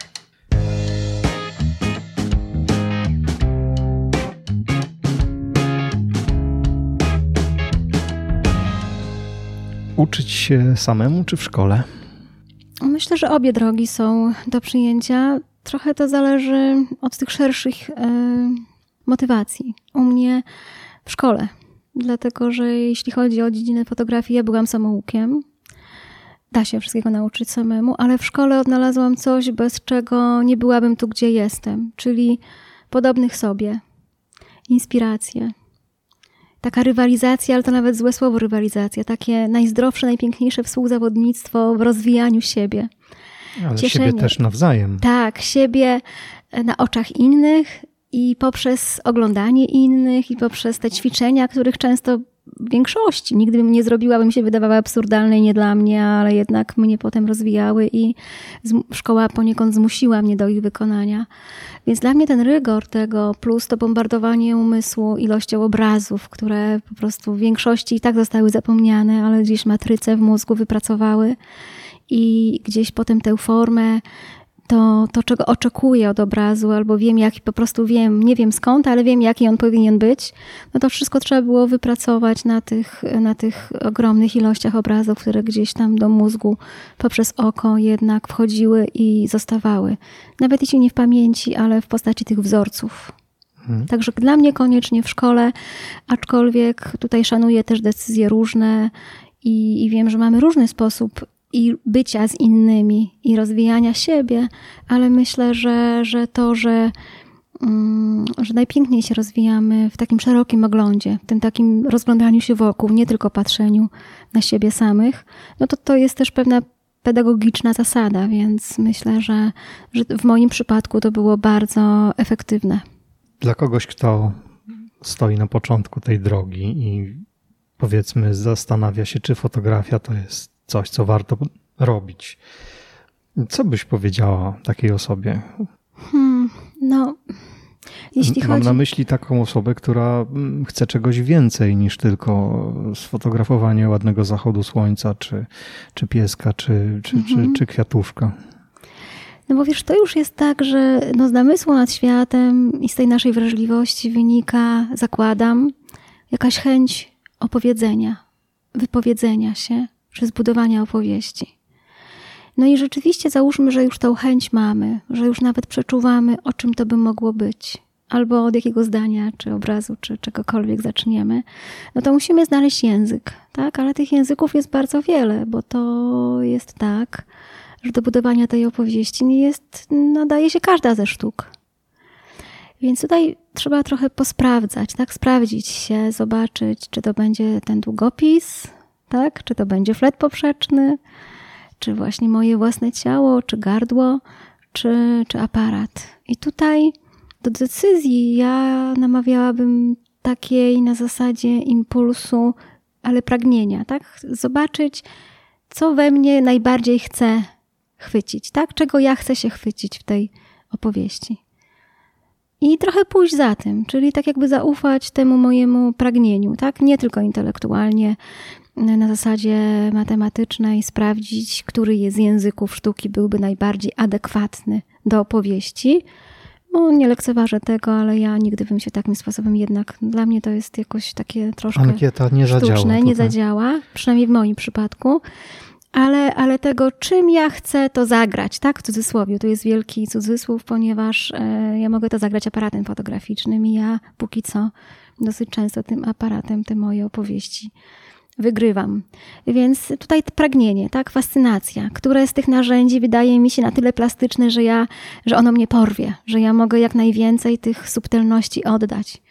Uczyć się samemu czy w szkole? Myślę, że obie drogi są do przyjęcia. Trochę to zależy od tych szerszych y, motywacji. U mnie w szkole. Dlatego, że jeśli chodzi o dziedzinę fotografii, ja byłam samoukiem. Da się wszystkiego nauczyć samemu, ale w szkole odnalazłam coś, bez czego nie byłabym tu, gdzie jestem. Czyli podobnych sobie. Inspiracje. Taka rywalizacja, ale to nawet złe słowo rywalizacja. Takie najzdrowsze, najpiękniejsze współzawodnictwo w rozwijaniu siebie. Ale Cieszenie. Siebie też nawzajem. Tak, siebie na oczach innych i poprzez oglądanie innych i poprzez te ćwiczenia, których często w większości nigdy bym nie zrobiła, by mi się wydawały absurdalne i nie dla mnie, ale jednak mnie potem rozwijały i szkoła poniekąd zmusiła mnie do ich wykonania. Więc dla mnie ten rygor tego plus to bombardowanie umysłu ilością obrazów, które po prostu w większości i tak zostały zapomniane, ale gdzieś matryce w mózgu wypracowały i gdzieś potem tę formę, to, to czego oczekuję od obrazu, albo wiem, jaki po prostu wiem, nie wiem skąd, ale wiem, jaki on powinien być, no to wszystko trzeba było wypracować na tych, na tych ogromnych ilościach obrazów, które gdzieś tam do mózgu poprzez oko jednak wchodziły i zostawały. Nawet jeśli nie w pamięci, ale w postaci tych wzorców. Hmm. Także dla mnie koniecznie w szkole, aczkolwiek tutaj szanuję też decyzje różne i, i wiem, że mamy różny sposób i bycia z innymi i rozwijania siebie, ale myślę, że, że to, że, um, że najpiękniej się rozwijamy w takim szerokim oglądzie, w tym takim rozglądaniu się wokół, nie tylko patrzeniu na siebie samych, no to to jest też pewna pedagogiczna zasada, więc myślę, że, że w moim przypadku to było bardzo efektywne. Dla kogoś, kto stoi na początku tej drogi i powiedzmy zastanawia się, czy fotografia to jest coś, co warto robić. Co byś powiedziała takiej osobie? Hmm, no, jeśli Mam chodzi... na myśli taką osobę, która chce czegoś więcej niż tylko sfotografowanie ładnego zachodu słońca, czy, czy pieska, czy, czy, mhm. czy, czy kwiatuszka. No bo wiesz, to już jest tak, że no z namysłu nad światem i z tej naszej wrażliwości wynika, zakładam, jakaś chęć opowiedzenia, wypowiedzenia się, czy zbudowania opowieści. No i rzeczywiście załóżmy, że już tą chęć mamy, że już nawet przeczuwamy, o czym to by mogło być, albo od jakiego zdania, czy obrazu, czy czegokolwiek zaczniemy, no to musimy znaleźć język, tak? Ale tych języków jest bardzo wiele, bo to jest tak, że do budowania tej opowieści nie jest, nadaje się każda ze sztuk. Więc tutaj trzeba trochę posprawdzać, tak? Sprawdzić się, zobaczyć, czy to będzie ten długopis, tak? Czy to będzie flet poprzeczny, czy właśnie moje własne ciało, czy gardło, czy, czy aparat. I tutaj do decyzji ja namawiałabym takiej na zasadzie impulsu, ale pragnienia, tak? Zobaczyć, co we mnie najbardziej chce chwycić, tak? Czego ja chcę się chwycić w tej opowieści. I trochę pójść za tym, czyli tak jakby zaufać temu mojemu pragnieniu, tak? Nie tylko intelektualnie, na zasadzie matematycznej sprawdzić, który z języków sztuki byłby najbardziej adekwatny do opowieści. No nie lekceważę tego, ale ja nigdy bym się takim sposobem jednak, dla mnie to jest jakoś takie troszkę Ankieta nie sztuczne, zadziała nie zadziała, przynajmniej w moim przypadku. Ale, ale tego, czym ja chcę to zagrać, tak? W cudzysłowie, tu jest wielki cudzysłów, ponieważ e, ja mogę to zagrać aparatem fotograficznym i ja póki co dosyć często tym aparatem te moje opowieści wygrywam. Więc tutaj pragnienie, tak? Fascynacja. Które z tych narzędzi wydaje mi się na tyle plastyczne, że ja, że ono mnie porwie, że ja mogę jak najwięcej tych subtelności oddać.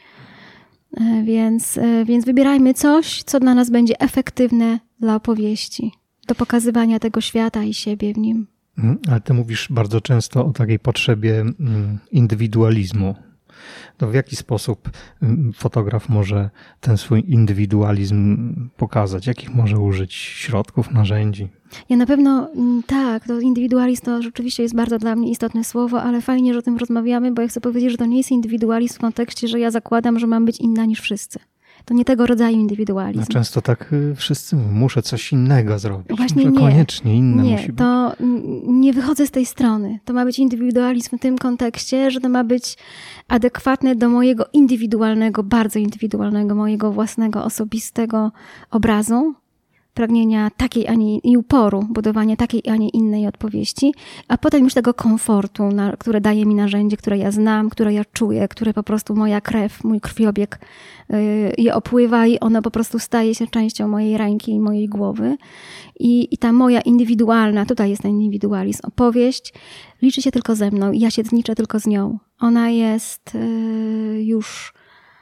E, więc, e, więc wybierajmy coś, co dla nas będzie efektywne dla opowieści. Do pokazywania tego świata i siebie w nim. Ale ty mówisz bardzo często o takiej potrzebie indywidualizmu. To w jaki sposób fotograf może ten swój indywidualizm pokazać? Jakich może użyć środków, narzędzi? Ja na pewno tak, to indywidualizm to rzeczywiście jest bardzo dla mnie istotne słowo, ale fajnie, że o tym rozmawiamy, bo ja chcę powiedzieć, że to nie jest indywidualizm w kontekście, że ja zakładam, że mam być inna niż wszyscy. To nie tego rodzaju indywidualizm. No często tak wszyscy mówią, muszę coś innego zrobić. Właśnie Może nie. koniecznie inne nie, musi być. To nie wychodzę z tej strony. To ma być indywidualizm w tym kontekście, że to ma być adekwatne do mojego indywidualnego, bardzo indywidualnego, mojego własnego, osobistego obrazu, pragnienia takiej, a nie i uporu, budowania takiej, a nie innej odpowiedzi, a potem już tego komfortu, na, które daje mi narzędzie, które ja znam, które ja czuję, które po prostu moja krew, mój krwiobieg yy, je opływa i ono po prostu staje się częścią mojej ręki i mojej głowy. I, i ta moja indywidualna, tutaj jest ten indywidualizm, opowieść liczy się tylko ze mną i ja się zniczę tylko z nią. Ona jest yy, już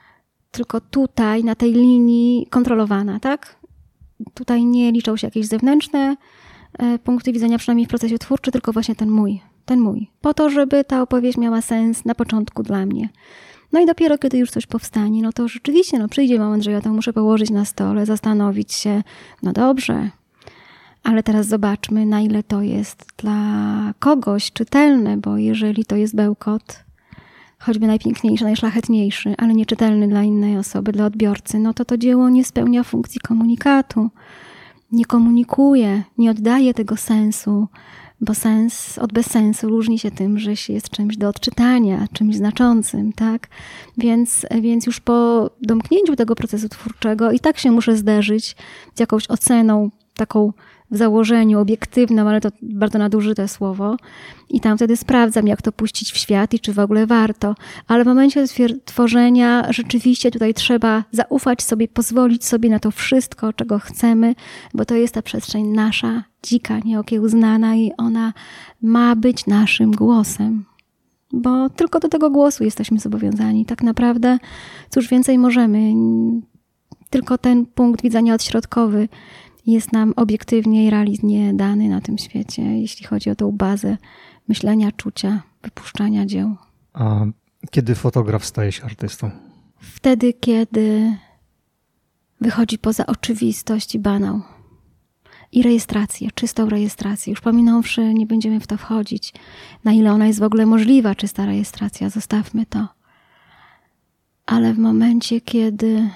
tylko tutaj, na tej linii kontrolowana, tak? Tutaj nie liczą się jakieś zewnętrzne e, punkty widzenia, przynajmniej w procesie twórczym, tylko właśnie ten mój, ten mój. Po to, żeby ta opowieść miała sens na początku dla mnie. No i dopiero kiedy już coś powstanie, no to rzeczywiście no, przyjdzie moment, że ja to muszę położyć na stole, zastanowić się, no dobrze, ale teraz zobaczmy, na ile to jest dla kogoś czytelne, bo jeżeli to jest bełkot, choćby najpiękniejszy, najszlachetniejszy, ale nieczytelny dla innej osoby, dla odbiorcy, no to to dzieło nie spełnia funkcji komunikatu, nie komunikuje, nie oddaje tego sensu, bo sens od bezsensu różni się tym, że się jest czymś do odczytania, czymś znaczącym, tak? Więc, więc już po domknięciu tego procesu twórczego i tak się muszę zderzyć z jakąś oceną taką w założeniu obiektywną, ale to bardzo nadużyte słowo. I tam wtedy sprawdzam, jak to puścić w świat i czy w ogóle warto. Ale w momencie tworzenia rzeczywiście tutaj trzeba zaufać sobie, pozwolić sobie na to wszystko, czego chcemy, bo to jest ta przestrzeń nasza, dzika, nieokiełznana i ona ma być naszym głosem. Bo tylko do tego głosu jesteśmy zobowiązani. Tak naprawdę, cóż więcej możemy. Tylko ten punkt widzenia odśrodkowy jest nam obiektywnie i realizmie dany na tym świecie, jeśli chodzi o tą bazę myślenia, czucia, wypuszczania dzieł. A kiedy fotograf staje się artystą? Wtedy, kiedy wychodzi poza oczywistość i banał. I rejestrację, czystą rejestrację. Już pominąwszy, nie będziemy w to wchodzić. Na ile ona jest w ogóle możliwa, czysta rejestracja, zostawmy to. Ale w momencie, kiedy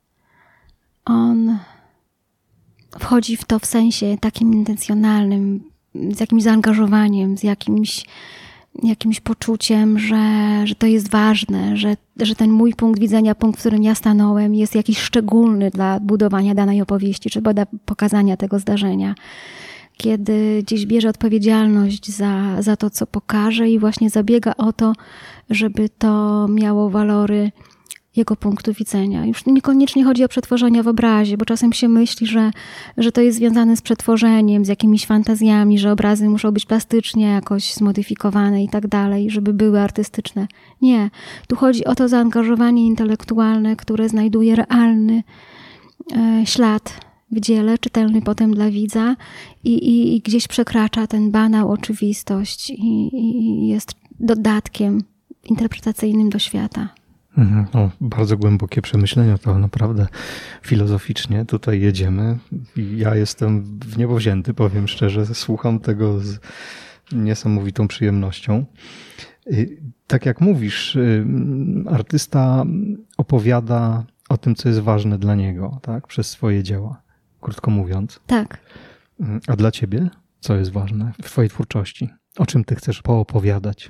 on wchodzi w to w sensie takim intencjonalnym, z jakimś zaangażowaniem, z jakimś, jakimś poczuciem, że, że to jest ważne, że, że ten mój punkt widzenia, punkt, w którym ja stanąłem, jest jakiś szczególny dla budowania danej opowieści, czy dla pokazania tego zdarzenia. Kiedy gdzieś bierze odpowiedzialność za, za to, co pokaże i właśnie zabiega o to, żeby to miało walory jego punktu widzenia. Już niekoniecznie chodzi o przetworzenia w obrazie, bo czasem się myśli, że, że to jest związane z przetworzeniem, z jakimiś fantazjami, że obrazy muszą być plastycznie jakoś zmodyfikowane i tak dalej, żeby były artystyczne. Nie. Tu chodzi o to zaangażowanie intelektualne, które znajduje realny e, ślad w dziele, czytelny potem dla widza i, i, i gdzieś przekracza ten banał, oczywistość i, i jest dodatkiem interpretacyjnym do świata. Mhm. O, bardzo głębokie przemyślenia, to naprawdę filozoficznie tutaj jedziemy. Ja jestem w niebo wzięty, powiem szczerze, słucham tego z niesamowitą przyjemnością. Tak jak mówisz, artysta opowiada o tym, co jest ważne dla niego, tak? Przez swoje dzieła, krótko mówiąc. Tak. A dla ciebie co jest ważne w twojej twórczości? O czym ty chcesz poopowiadać?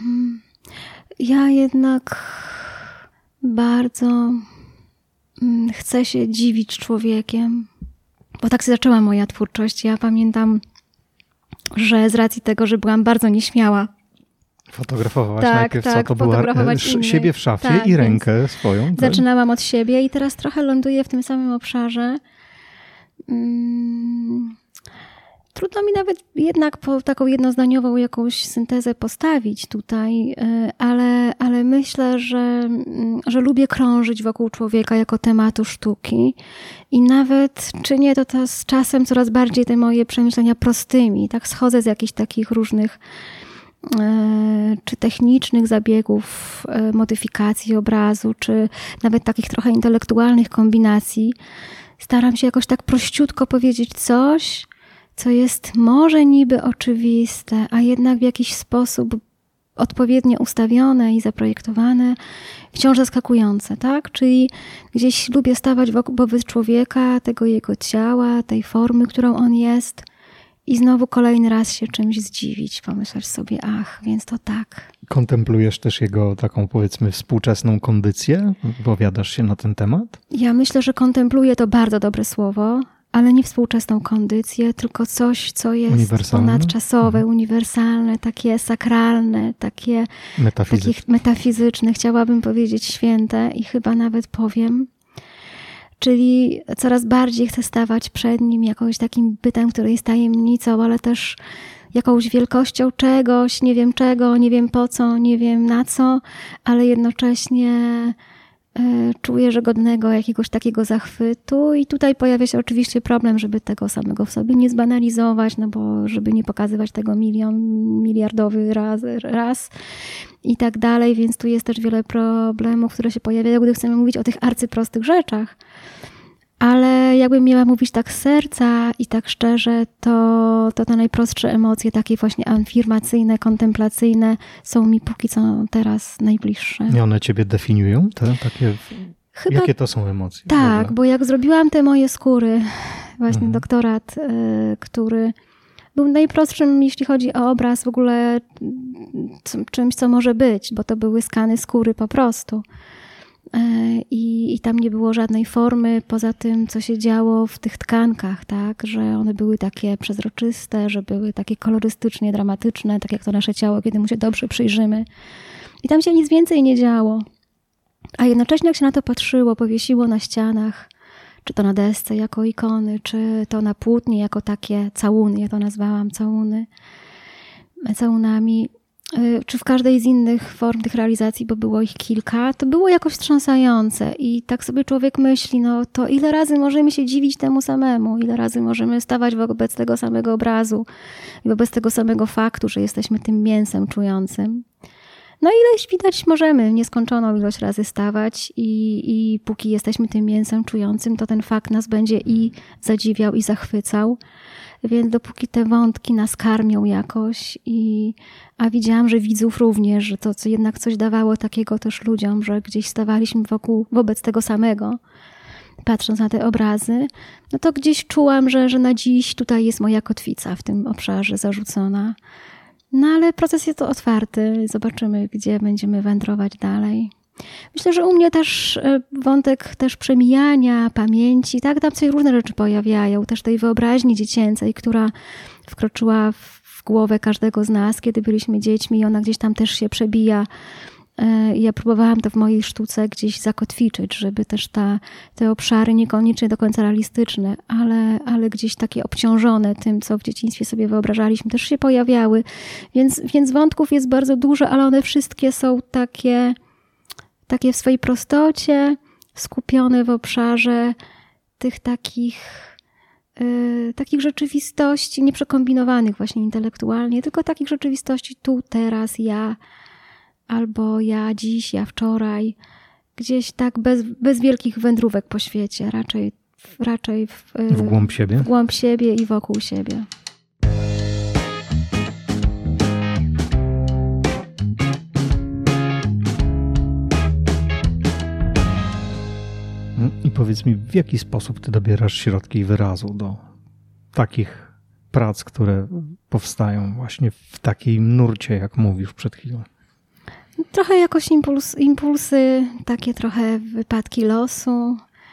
Ja jednak bardzo chcę się dziwić człowiekiem, bo tak się zaczęła moja twórczość. Ja pamiętam, że z racji tego, że byłam bardzo nieśmiała. Fotografowałaś tak, najpierw, tak, co to była sz, siebie w szafie tak, i rękę swoją. Tak? Zaczynałam od siebie i teraz trochę ląduję w tym samym obszarze. Hmm. Trudno mi nawet jednak po taką jednozdaniową jakąś syntezę postawić tutaj, ale, ale myślę, że, że lubię krążyć wokół człowieka jako tematu sztuki i nawet czynię to, to z czasem coraz bardziej te moje przemyślenia prostymi. Tak schodzę z jakichś takich różnych czy technicznych zabiegów, modyfikacji obrazu, czy nawet takich trochę intelektualnych kombinacji. Staram się jakoś tak prościutko powiedzieć coś, co jest może niby oczywiste, a jednak w jakiś sposób odpowiednio ustawione i zaprojektowane, wciąż zaskakujące, tak? Czyli gdzieś lubię stawać wobec człowieka, tego jego ciała, tej formy, którą on jest i znowu kolejny raz się czymś zdziwić, pomyśleć sobie, ach, więc to tak. Kontemplujesz też jego taką, powiedzmy, współczesną kondycję? Wypowiadasz się na ten temat? Ja myślę, że kontempluję to bardzo dobre słowo, ale nie współczesną kondycję, tylko coś, co jest ponadczasowe, mhm. uniwersalne, takie sakralne, takie metafizyczne. metafizyczne, chciałabym powiedzieć święte i chyba nawet powiem. Czyli coraz bardziej chcę stawać przed nim jakimś takim bytem, który jest tajemnicą, ale też jakąś wielkością czegoś, nie wiem czego, nie wiem po co, nie wiem na co, ale jednocześnie czuję, że godnego jakiegoś takiego zachwytu i tutaj pojawia się oczywiście problem, żeby tego samego w sobie nie zbanalizować, no bo żeby nie pokazywać tego milion, miliardowy raz, raz i tak dalej, więc tu jest też wiele problemów, które się pojawiają, gdy chcemy mówić o tych arcyprostych rzeczach. Ale jakbym miała mówić tak z serca i tak szczerze, to, to te najprostsze emocje, takie właśnie afirmacyjne, kontemplacyjne są mi póki co teraz najbliższe. I one ciebie definiują? Te, takie, Chyba, jakie to są emocje? Tak, bo jak zrobiłam te moje skóry, właśnie mhm. doktorat, y, który był najprostszym, jeśli chodzi o obraz, w ogóle czymś, co może być, bo to były skany skóry po prostu. i, i tam nie było żadnej formy poza tym, co się działo w tych tkankach, tak, że one były takie przezroczyste, że były takie kolorystycznie dramatyczne, tak jak to nasze ciało, kiedy mu się dobrze przyjrzymy. I tam się nic więcej nie działo. A jednocześnie jak się na to patrzyło, powiesiło na ścianach, czy to na desce jako ikony, czy to na płótnie jako takie całuny, ja to nazwałam całuny, całunami, czy w każdej z innych form tych realizacji, bo było ich kilka, to było jakoś wstrząsające i tak sobie człowiek myśli, no to ile razy możemy się dziwić temu samemu, ile razy możemy stawać wobec tego samego obrazu i wobec tego samego faktu, że jesteśmy tym mięsem czującym. No ileś widać możemy nieskończoną ilość razy stawać i, i póki jesteśmy tym mięsem czującym, to ten fakt nas będzie i zadziwiał, i zachwycał. Więc dopóki te wątki nas karmią jakoś, i, a widziałam, że widzów również, że to co jednak coś dawało takiego też ludziom, że gdzieś stawaliśmy wokół, wobec tego samego, patrząc na te obrazy, no to gdzieś czułam, że, że na dziś tutaj jest moja kotwica w tym obszarze zarzucona. No ale proces jest to otwarty, zobaczymy, gdzie będziemy wędrować dalej. Myślę, że u mnie też wątek też przemijania, pamięci, tak, tam się różne rzeczy pojawiają, też tej wyobraźni dziecięcej, która wkroczyła w głowę każdego z nas, kiedy byliśmy dziećmi i ona gdzieś tam też się przebija. Ja próbowałam to w mojej sztuce gdzieś zakotwiczyć, żeby też ta, te obszary niekoniecznie do końca realistyczne, ale, ale gdzieś takie obciążone tym, co w dzieciństwie sobie wyobrażaliśmy, też się pojawiały. Więc, więc wątków jest bardzo dużo, ale one wszystkie są takie, takie w swojej prostocie, skupione w obszarze tych takich, yy, takich rzeczywistości nieprzekombinowanych właśnie intelektualnie, tylko takich rzeczywistości tu, teraz, ja, albo ja dziś, ja wczoraj, gdzieś tak bez, bez wielkich wędrówek po świecie, raczej, raczej w, w głąb siebie. W głąb siebie i wokół siebie. I powiedz mi, w jaki sposób ty dobierasz środki wyrazu do takich prac, które powstają właśnie w takiej nurcie, jak mówisz przed chwilą? Trochę jakoś impuls, impulsy, takie trochę wypadki losu.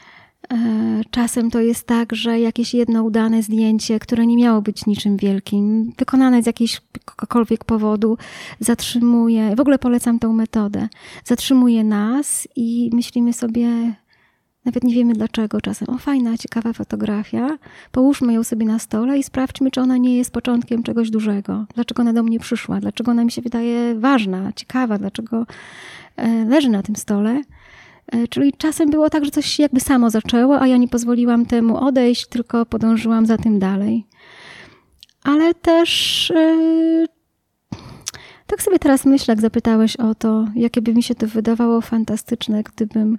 Czasem to jest tak, że jakieś jedno udane zdjęcie, które nie miało być niczym wielkim, wykonane z jakiegokolwiek powodu, zatrzymuje, w ogóle polecam tą metodę, zatrzymuje nas i myślimy sobie, nawet nie wiemy dlaczego czasem, o fajna, ciekawa fotografia, połóżmy ją sobie na stole i sprawdźmy, czy ona nie jest początkiem czegoś dużego. Dlaczego ona do mnie przyszła, dlaczego ona mi się wydaje ważna, ciekawa, dlaczego leży na tym stole. Czyli czasem było tak, że coś się jakby samo zaczęło, a ja nie pozwoliłam temu odejść, tylko podążyłam za tym dalej. Ale też yy, tak sobie teraz myślę, jak zapytałeś o to, jakie by mi się to wydawało fantastyczne, gdybym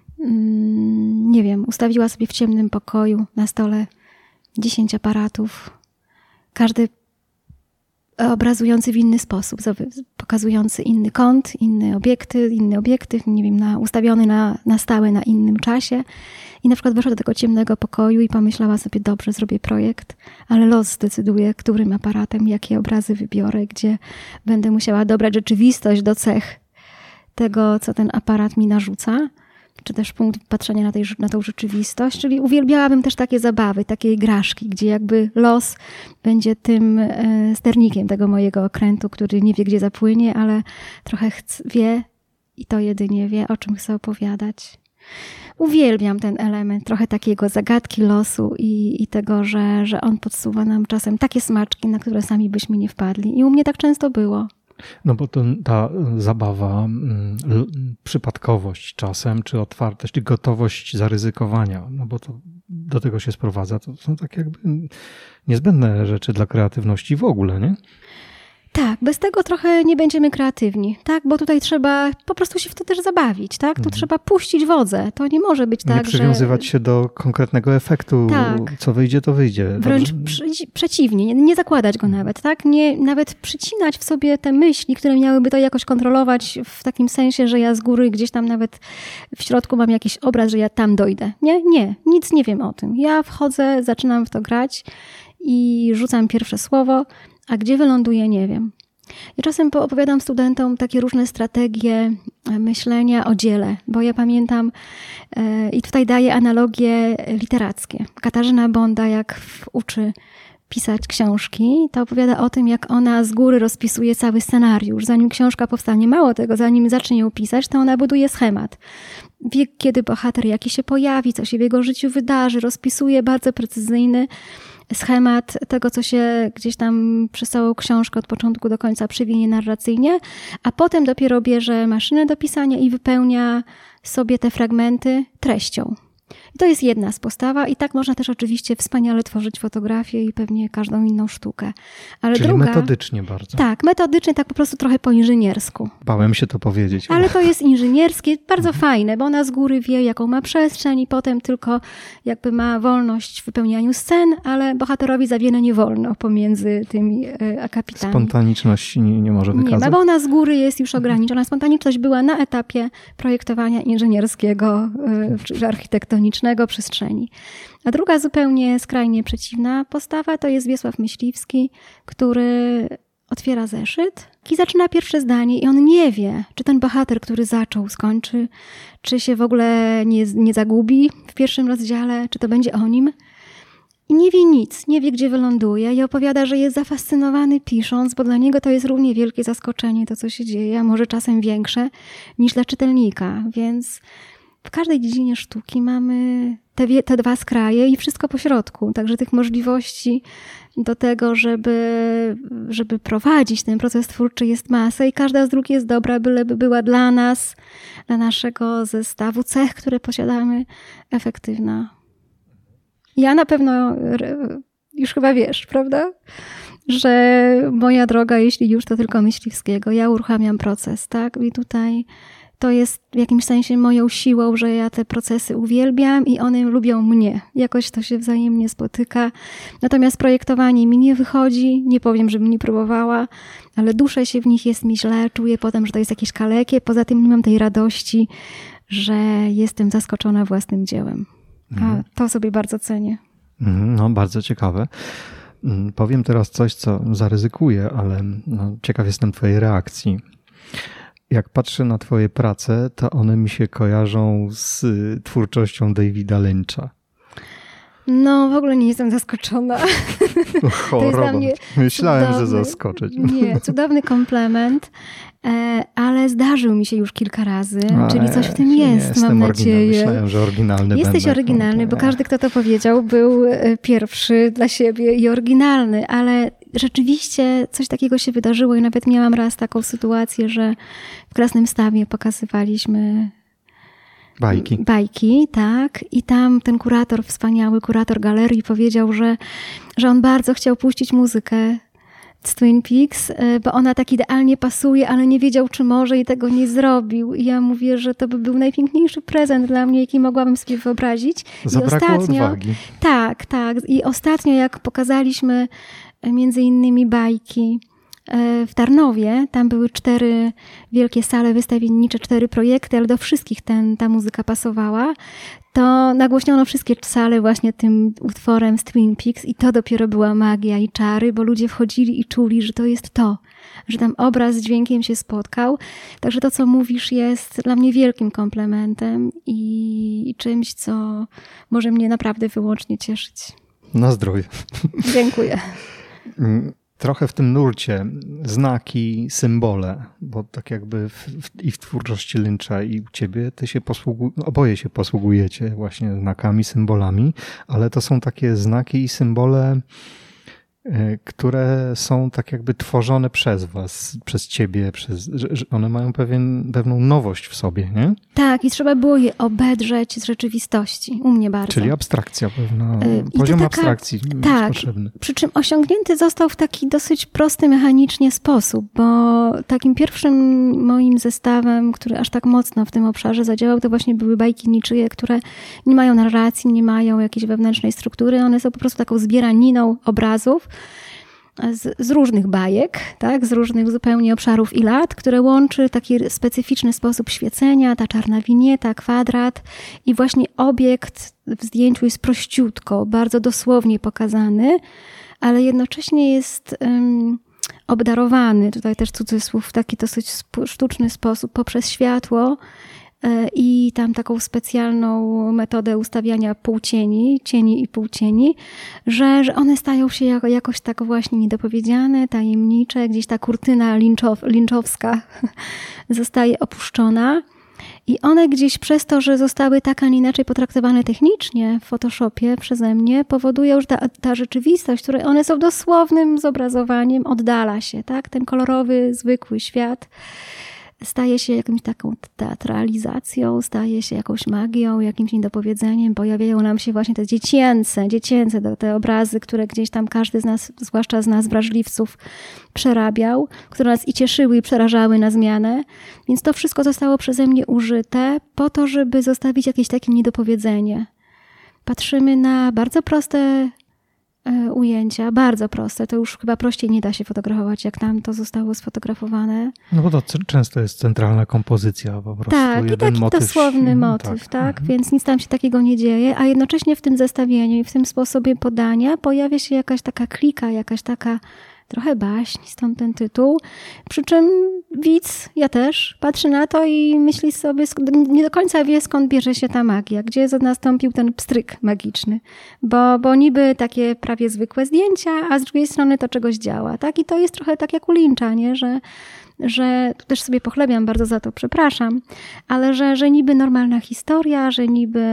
nie wiem, ustawiła sobie w ciemnym pokoju na stole dziesięć aparatów, każdy obrazujący w inny sposób, pokazujący inny kąt, inny obiektyw, inny obiektyw, nie wiem, na, ustawiony na, na stałe, na innym czasie. I na przykład weszła do tego ciemnego pokoju i pomyślała sobie, dobrze, zrobię projekt, ale los zdecyduje, którym aparatem, jakie obrazy wybiorę, gdzie będę musiała dobrać rzeczywistość do cech tego, co ten aparat mi narzuca, czy też punkt patrzenia na, tej, na tą rzeczywistość, czyli uwielbiałabym też takie zabawy, takie igraszki, gdzie jakby los będzie tym sternikiem tego mojego okrętu, który nie wie, gdzie zapłynie, ale trochę chce, wie i to jedynie wie, o czym chce opowiadać. Uwielbiam ten element, trochę takiego zagadki losu i, i tego, że, że on podsuwa nam czasem takie smaczki, na które sami byśmy nie wpadli. I u mnie tak często było. No bo to, ta zabawa, przypadkowość czasem, czy otwartość, czy gotowość zaryzykowania, no bo to do tego się sprowadza, to są tak jakby niezbędne rzeczy dla kreatywności w ogóle, nie? Tak, bez tego trochę nie będziemy kreatywni, tak? Bo tutaj trzeba po prostu się w to też zabawić, tak? Tu hmm. trzeba puścić wodze. To nie może być tak, że... Nie przywiązywać że... się do konkretnego efektu. Tak. Co wyjdzie, to wyjdzie. Wręcz przy, przeciwnie, nie, nie zakładać go nawet, tak? Nie, nawet przycinać w sobie te myśli, które miałyby to jakoś kontrolować w takim sensie, że ja z góry gdzieś tam nawet w środku mam jakiś obraz, że ja tam dojdę. Nie, nie, nic nie wiem o tym. Ja wchodzę, zaczynam w to grać i rzucam pierwsze słowo, a gdzie wyląduję, nie wiem. Ja czasem opowiadam studentom takie różne strategie myślenia o dziele, bo ja pamiętam i tutaj daję analogie literackie. Katarzyna Bonda, jak uczy pisać książki, to opowiada o tym, jak ona z góry rozpisuje cały scenariusz. Zanim książka powstanie, mało tego, zanim zacznie ją pisać, to ona buduje schemat. Wie, kiedy bohater jaki się pojawi, co się w jego życiu wydarzy, rozpisuje bardzo precyzyjny schemat tego, co się gdzieś tam przez całą książkę od początku do końca przywinie narracyjnie, a potem dopiero bierze maszynę do pisania i wypełnia sobie te fragmenty treścią. I to jest jedna z postawa i tak można też oczywiście wspaniale tworzyć fotografię i pewnie każdą inną sztukę. Ale Czyli druga, metodycznie bardzo. Tak, metodycznie, tak po prostu trochę po inżyniersku. Bałem się to powiedzieć. Ale to jest inżynierskie, bardzo mhm. fajne, bo ona z góry wie, jaką ma przestrzeń i potem tylko jakby ma wolność w wypełnianiu scen, ale bohaterowi za wiele nie wolno pomiędzy tymi akapitami. Spontaniczności nie, nie może wykazać. Nie ma, bo ona z góry jest już ograniczona. Spontaniczność była na etapie projektowania inżynierskiego czy architektonicznego przestrzeni. A druga zupełnie skrajnie przeciwna postawa to jest Wiesław Myśliwski, który otwiera zeszyt i zaczyna pierwsze zdanie i on nie wie, czy ten bohater, który zaczął, skończy, czy się w ogóle nie, nie zagubi w pierwszym rozdziale, czy to będzie o nim. I nie wie nic, nie wie, gdzie wyląduje i opowiada, że jest zafascynowany pisząc, bo dla niego to jest równie wielkie zaskoczenie, to co się dzieje, a może czasem większe niż dla czytelnika, więc w każdej dziedzinie sztuki mamy te, te dwa skraje i wszystko po środku. Także tych możliwości do tego, żeby, żeby prowadzić ten proces twórczy jest masa i każda z dróg jest dobra, byleby była dla nas, dla naszego zestawu cech, które posiadamy, efektywna. Ja na pewno, już chyba wiesz, prawda? Że moja droga, jeśli już, to tylko Myśliwskiego. Ja uruchamiam proces, tak? I tutaj to jest w jakimś sensie moją siłą, że ja te procesy uwielbiam i one lubią mnie. Jakoś to się wzajemnie spotyka. Natomiast projektowanie mi nie wychodzi. Nie powiem, żebym nie próbowała, ale duszę się w nich, jest mi źle. Czuję potem, że to jest jakieś kalekie. Poza tym nie mam tej radości, że jestem zaskoczona własnym dziełem. A to sobie bardzo cenię. No, bardzo ciekawe. Powiem teraz coś, co zaryzykuję, ale no, ciekaw jestem twojej reakcji. Jak patrzę na twoje prace, to one mi się kojarzą z twórczością Davida Lyncha. No, w ogóle nie jestem zaskoczona. O, choroba. Myślałem, cudowny, że zaskoczyć. Nie, cudowny komplement, ale zdarzył mi się już kilka razy, a, czyli coś w tym jest, mam nadzieję. Myślałem, że oryginalny Jesteś będę. oryginalny, bo każdy, kto to powiedział, był pierwszy dla siebie i oryginalny, ale rzeczywiście coś takiego się wydarzyło i nawet miałam raz taką sytuację, że w Krasnym Stawie pokazywaliśmy Bajki. Bajki, tak. I tam ten kurator, wspaniały kurator galerii powiedział, że, że on bardzo chciał puścić muzykę z Twin Peaks, bo ona tak idealnie pasuje, ale nie wiedział, czy może i tego nie zrobił. I ja mówię, że to by był najpiękniejszy prezent dla mnie, jaki mogłabym sobie wyobrazić. Zabrakło I ostatnio, odwagi. Tak, tak. I ostatnio jak pokazaliśmy między innymi bajki w Tarnowie, tam były cztery wielkie sale wystawiennicze, cztery projekty, ale do wszystkich ten, ta muzyka pasowała, to nagłośniono wszystkie sale właśnie tym utworem z Twin Peaks i to dopiero była magia i czary, bo ludzie wchodzili i czuli, że to jest to, że tam obraz z dźwiękiem się spotkał. Także to, co mówisz, jest dla mnie wielkim komplementem i, i czymś, co może mnie naprawdę wyłącznie cieszyć. Na zdrowie. Dziękuję. Trochę w tym nurcie znaki, symbole, bo tak jakby w, w, i w twórczości Lyncha i u ciebie ty się posługu, oboje się posługujecie właśnie znakami, symbolami, ale to są takie znaki i symbole, które są tak jakby tworzone przez was, przez ciebie, przez, że, że one mają pewien, pewną nowość w sobie, nie? Tak, i trzeba było je obedrzeć z rzeczywistości, u mnie bardzo. Czyli abstrakcja pewna, I poziom taka, abstrakcji tak, jest potrzebny. Przy czym osiągnięty został w taki dosyć prosty mechanicznie sposób, bo takim pierwszym moim zestawem, który aż tak mocno w tym obszarze zadziałał, to właśnie były bajki niczyje, które nie mają narracji, nie mają jakiejś wewnętrznej struktury, one są po prostu taką zbieraniną obrazów, Z, z różnych bajek, tak, z różnych zupełnie obszarów i lat, które łączy taki specyficzny sposób świecenia, ta czarna winieta, kwadrat i właśnie obiekt w zdjęciu jest prościutko, bardzo dosłownie pokazany, ale jednocześnie jest um, obdarowany, tutaj też cudzysłów, w taki dosyć sztuczny sposób poprzez światło i tam taką specjalną metodę ustawiania półcieni, cieni i półcieni, że, że one stają się jako, jakoś tak właśnie niedopowiedziane, tajemnicze, gdzieś ta kurtyna linczow, linczowska zostaje opuszczona. I one gdzieś przez to, że zostały tak, a nie inaczej potraktowane technicznie w Photoshopie przeze mnie, powodują, że ta, ta rzeczywistość, w której one są dosłownym zobrazowaniem, oddala się, tak? Ten kolorowy, zwykły świat staje się jakąś taką teatralizacją, staje się jakąś magią, jakimś niedopowiedzeniem. Pojawiają nam się właśnie te dziecięce, dziecięce te obrazy, które gdzieś tam każdy z nas, zwłaszcza z nas wrażliwców, przerabiał, które nas i cieszyły, i przerażały na zmianę. Więc to wszystko zostało przeze mnie użyte po to, żeby zostawić jakieś takie niedopowiedzenie. Patrzymy na bardzo proste ujęcia, bardzo proste. To już chyba prościej nie da się fotografować, jak tam to zostało sfotografowane. No bo to często jest centralna kompozycja po prostu. Tak, jeden i taki motyw. dosłowny motyw, tak, tak? Mhm. Więc nic tam się takiego nie dzieje, a jednocześnie w tym zestawieniu i w tym sposobie podania pojawia się jakaś taka klika, jakaś taka trochę baśń, stąd ten tytuł. Przy czym widz, ja też, patrzy na to i myśli sobie, nie do końca wie, skąd bierze się ta magia, gdzie nastąpił ten pstryk magiczny. Bo, bo niby takie prawie zwykłe zdjęcia, a z drugiej strony to czegoś działa, tak? I to jest trochę tak jak u Lyncha, nie? Że, że tu też sobie pochlebiam bardzo za to, przepraszam, ale że, że niby normalna historia, że niby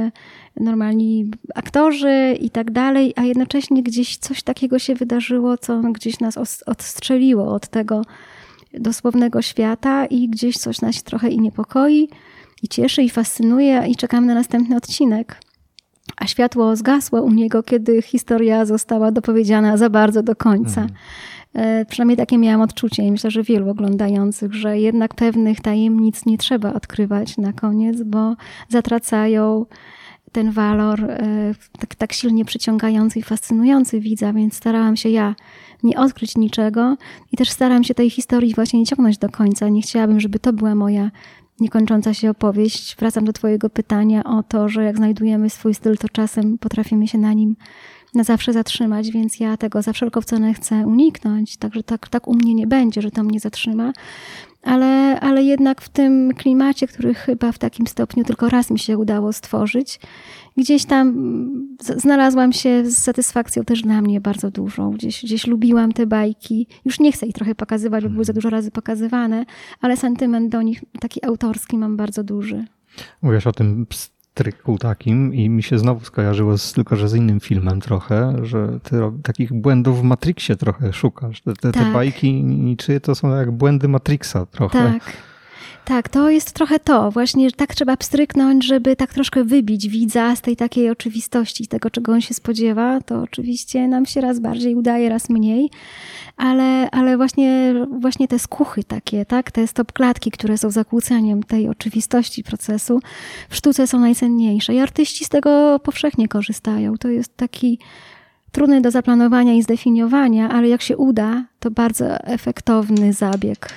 normalni aktorzy i tak dalej, a jednocześnie gdzieś coś takiego się wydarzyło, co gdzieś nas odstrzeliło od tego dosłownego świata i gdzieś coś nas trochę i niepokoi, i cieszy, i fascynuje, i czekamy na następny odcinek. A światło zgasło u niego, kiedy historia została dopowiedziana za bardzo do końca. Mhm. Przynajmniej takie miałam odczucie i myślę, że wielu oglądających, że jednak pewnych tajemnic nie trzeba odkrywać na koniec, bo zatracają ten walor tak, tak silnie przyciągający i fascynujący widza, więc starałam się ja nie odkryć niczego i też staram się tej historii właśnie nie ciągnąć do końca. Nie chciałabym, żeby to była moja niekończąca się opowieść. Wracam do twojego pytania o to, że jak znajdujemy swój styl, to czasem potrafimy się na nim na zawsze zatrzymać, więc ja tego za wszelką cenę chcę uniknąć. Także tak, tak u mnie nie będzie, że to mnie zatrzyma. Ale, ale jednak w tym klimacie, który chyba w takim stopniu tylko raz mi się udało stworzyć, gdzieś tam znalazłam się z satysfakcją też dla mnie bardzo dużą. Gdzieś, gdzieś lubiłam te bajki. Już nie chcę ich trochę pokazywać, bo były za dużo razy pokazywane, ale sentyment do nich taki autorski mam bardzo duży. Mówisz o tym pstryku takim i mi się znowu skojarzyło z, tylko że z innym filmem trochę, że ty takich błędów w Matrixie trochę szukasz. Te, te, tak. te bajki niczyje to są jak błędy Matrixa trochę. Tak. Tak, to jest trochę to. Właśnie tak trzeba pstryknąć, żeby tak troszkę wybić widza z tej takiej oczywistości, tego, czego on się spodziewa. To oczywiście nam się raz bardziej udaje, raz mniej. Ale, ale właśnie, właśnie te skuchy takie, tak, te stopklatki, które są zakłóceniem tej oczywistości procesu, w sztuce są najcenniejsze. I artyści z tego powszechnie korzystają. To jest taki trudny do zaplanowania i zdefiniowania, ale jak się uda, to bardzo efektowny zabieg.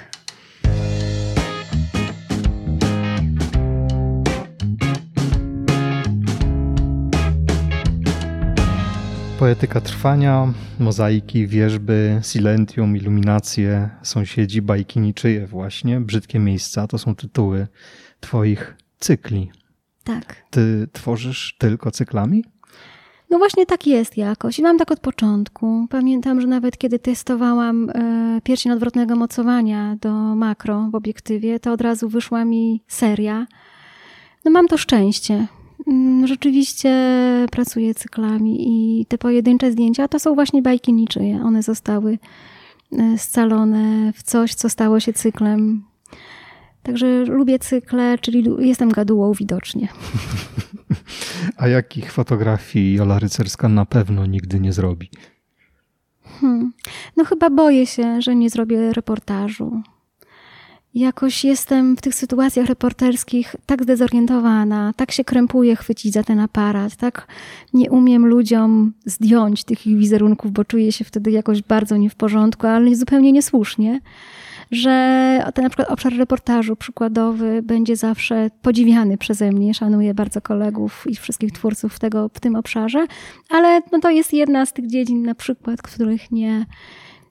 Poetyka trwania, mozaiki, wierzby, silentium, iluminacje, sąsiedzi, bajki niczyje właśnie, brzydkie miejsca, to są tytuły twoich cykli. Tak. Ty tworzysz tylko cyklami? No właśnie tak jest jakoś i mam tak od początku. Pamiętam, że nawet kiedy testowałam e, pierścień odwrotnego mocowania do makro w obiektywie, to od razu wyszła mi seria. No mam to szczęście. Rzeczywiście pracuję cyklami i te pojedyncze zdjęcia to są właśnie bajki niczyje. One zostały scalone w coś, co stało się cyklem. Także lubię cykle, czyli jestem gadułą widocznie. A jakich fotografii Jola Rycerska na pewno nigdy nie zrobi? Hmm. No chyba boję się, że nie zrobię reportażu. Jakoś jestem w tych sytuacjach reporterskich tak zdezorientowana, tak się krępuję chwycić za ten aparat, tak nie umiem ludziom zdjąć tych ich wizerunków, bo czuję się wtedy jakoś bardzo nie w porządku, ale zupełnie niesłusznie, że ten na przykład obszar reportażu przykładowy będzie zawsze podziwiany przeze mnie. Szanuję bardzo kolegów i wszystkich twórców w, tego, w tym obszarze, ale no to jest jedna z tych dziedzin na przykład, w których nie...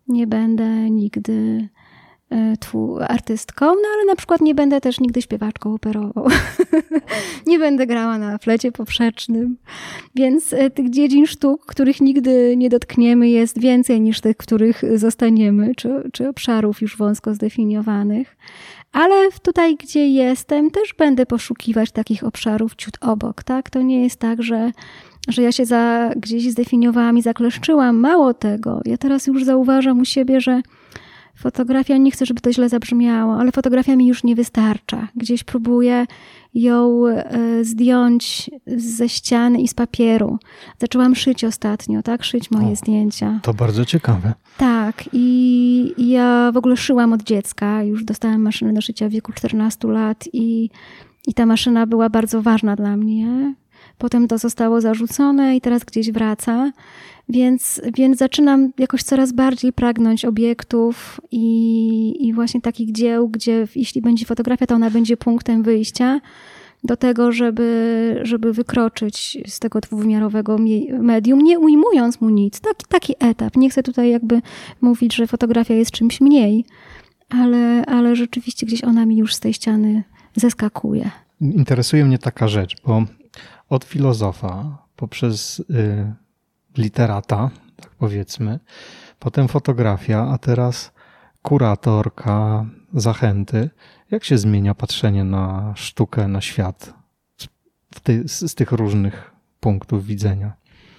Nie będę nigdy twu, artystką, no ale na przykład nie będę też nigdy śpiewaczką operową. Nie będę grała na flecie poprzecznym. Więc tych dziedzin sztuk, których nigdy nie dotkniemy, jest więcej niż tych, których zostaniemy, czy, czy obszarów już wąsko zdefiniowanych. Ale tutaj, gdzie jestem, też będę poszukiwać takich obszarów ciut obok, tak? To nie jest tak, że że ja się za, gdzieś zdefiniowałam i zakleszczyłam. Mało tego. Ja teraz już zauważam u siebie, że fotografia, nie chcę, żeby to źle zabrzmiało, ale fotografia mi już nie wystarcza. Gdzieś próbuję ją zdjąć ze ściany i z papieru. Zaczęłam szyć ostatnio, tak? Szyć moje o, zdjęcia. To bardzo ciekawe. Tak. I ja w ogóle szyłam od dziecka. Już dostałam maszynę do szycia w wieku czternastu lat i, i ta maszyna była bardzo ważna dla mnie. Potem to zostało zarzucone i teraz gdzieś wraca. Więc, więc zaczynam jakoś coraz bardziej pragnąć obiektów i, i właśnie takich dzieł, gdzie jeśli będzie fotografia, to ona będzie punktem wyjścia do tego, żeby, żeby wykroczyć z tego dwuwymiarowego medium, nie ujmując mu nic. Taki, taki etap. Nie chcę tutaj jakby mówić, że fotografia jest czymś mniej, ale, ale rzeczywiście gdzieś ona mi już z tej ściany zeskakuje. Interesuje mnie taka rzecz, bo od filozofa poprzez... Yy... literata, tak powiedzmy, potem fotografia, a teraz kuratorka, zachęty. Jak się zmienia patrzenie na sztukę, na świat w ty, z, z tych różnych punktów widzenia?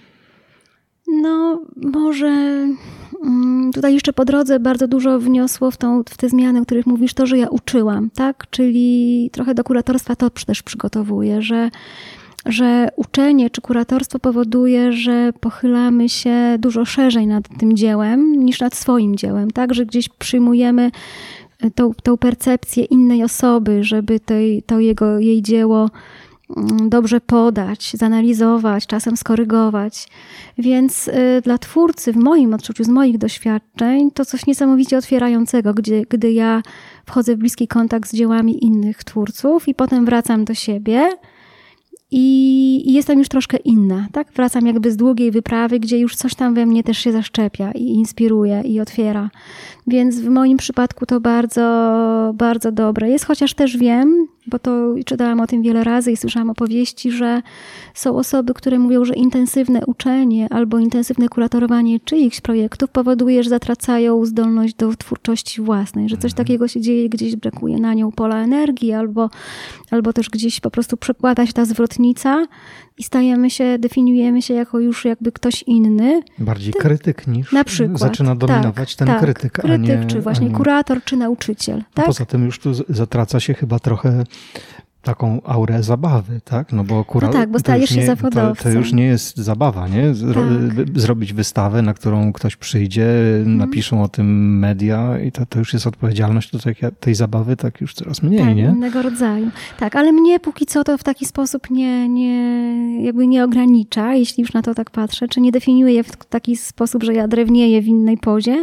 No, może tutaj jeszcze po drodze bardzo dużo wniosło w, tą, w te zmiany, o których mówisz, to, że ja uczyłam, tak? Czyli trochę do kuratorstwa to też przygotowuję, że że uczenie czy kuratorstwo powoduje, że pochylamy się dużo szerzej nad tym dziełem niż nad swoim dziełem, tak? Że gdzieś przyjmujemy tą, tą percepcję innej osoby, żeby tej, to jego, jej dzieło dobrze podać, zanalizować, czasem skorygować. Więc y, dla twórcy, w moim odczuciu, z moich doświadczeń, to coś niesamowicie otwierającego, gdzie, gdy ja wchodzę w bliski kontakt z dziełami innych twórców i potem wracam do siebie, I, I jestem już troszkę inna, tak? Wracam jakby z długiej wyprawy, gdzie już coś tam we mnie też się zaszczepia i inspiruje i otwiera. Więc w moim przypadku to bardzo, bardzo dobre jest, chociaż też wiem, bo to czytałam o tym wiele razy i słyszałam opowieści, że są osoby, które mówią, że intensywne uczenie albo intensywne kuratorowanie czyichś projektów powoduje, że zatracają zdolność do twórczości własnej, że coś takiego się dzieje, gdzieś brakuje na nią pola energii albo, albo też gdzieś po prostu przekłada się ta zwrotnica i stajemy się, definiujemy się jako już jakby ktoś inny. Bardziej krytyk niż na przykład. Zaczyna dominować tak, ten tak, krytyk, krytyk, a nie... czy właśnie a nie... kurator, czy nauczyciel. Tak? Poza tym już tu zatraca się chyba trochę taką aurę zabawy, tak? No bo kurator... No tak, bo stajesz się zawodowcem. To, to już nie jest zabawa, nie? Zro, tak. Zrobić wystawę, na którą ktoś przyjdzie, hmm. napiszą o tym media i to, to już jest odpowiedzialność do tej, tej zabawy tak już coraz mniej, tak, nie? innego rodzaju. Tak, ale mnie póki co to w taki sposób nie, nie, jakby nie ogranicza, jeśli już na to tak patrzę, czy nie definiuje w taki sposób, że ja drewnieję w innej pozie.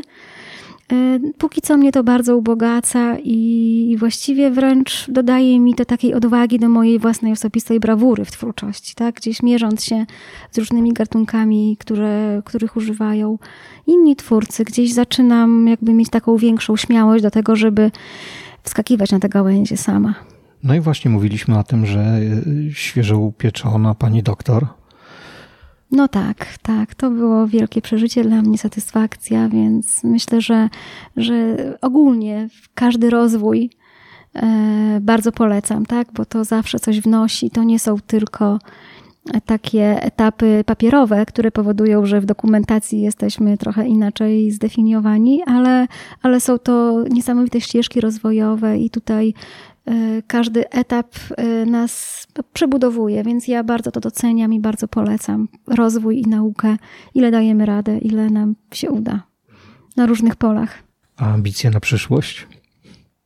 Póki co mnie to bardzo ubogaca i właściwie wręcz dodaje mi to takiej odwagi do mojej własnej osobistej brawury w twórczości, tak? Gdzieś mierząc się z różnymi gatunkami, które, których używają inni twórcy, gdzieś zaczynam jakby mieć taką większą śmiałość do tego, żeby wskakiwać na te gałęzie sama. No i właśnie mówiliśmy o tym, że świeżo upieczona pani doktor. No tak, tak. To było wielkie przeżycie dla mnie, satysfakcja, więc myślę, że, że ogólnie każdy rozwój e, bardzo polecam, tak? Bo to zawsze coś wnosi. To nie są tylko takie etapy papierowe, które powodują, że w dokumentacji jesteśmy trochę inaczej zdefiniowani, ale, ale są to niesamowite ścieżki rozwojowe i tutaj każdy etap nas przebudowuje, więc ja bardzo to doceniam i bardzo polecam rozwój i naukę, ile dajemy radę, ile nam się uda na różnych polach. A ambicje na przyszłość?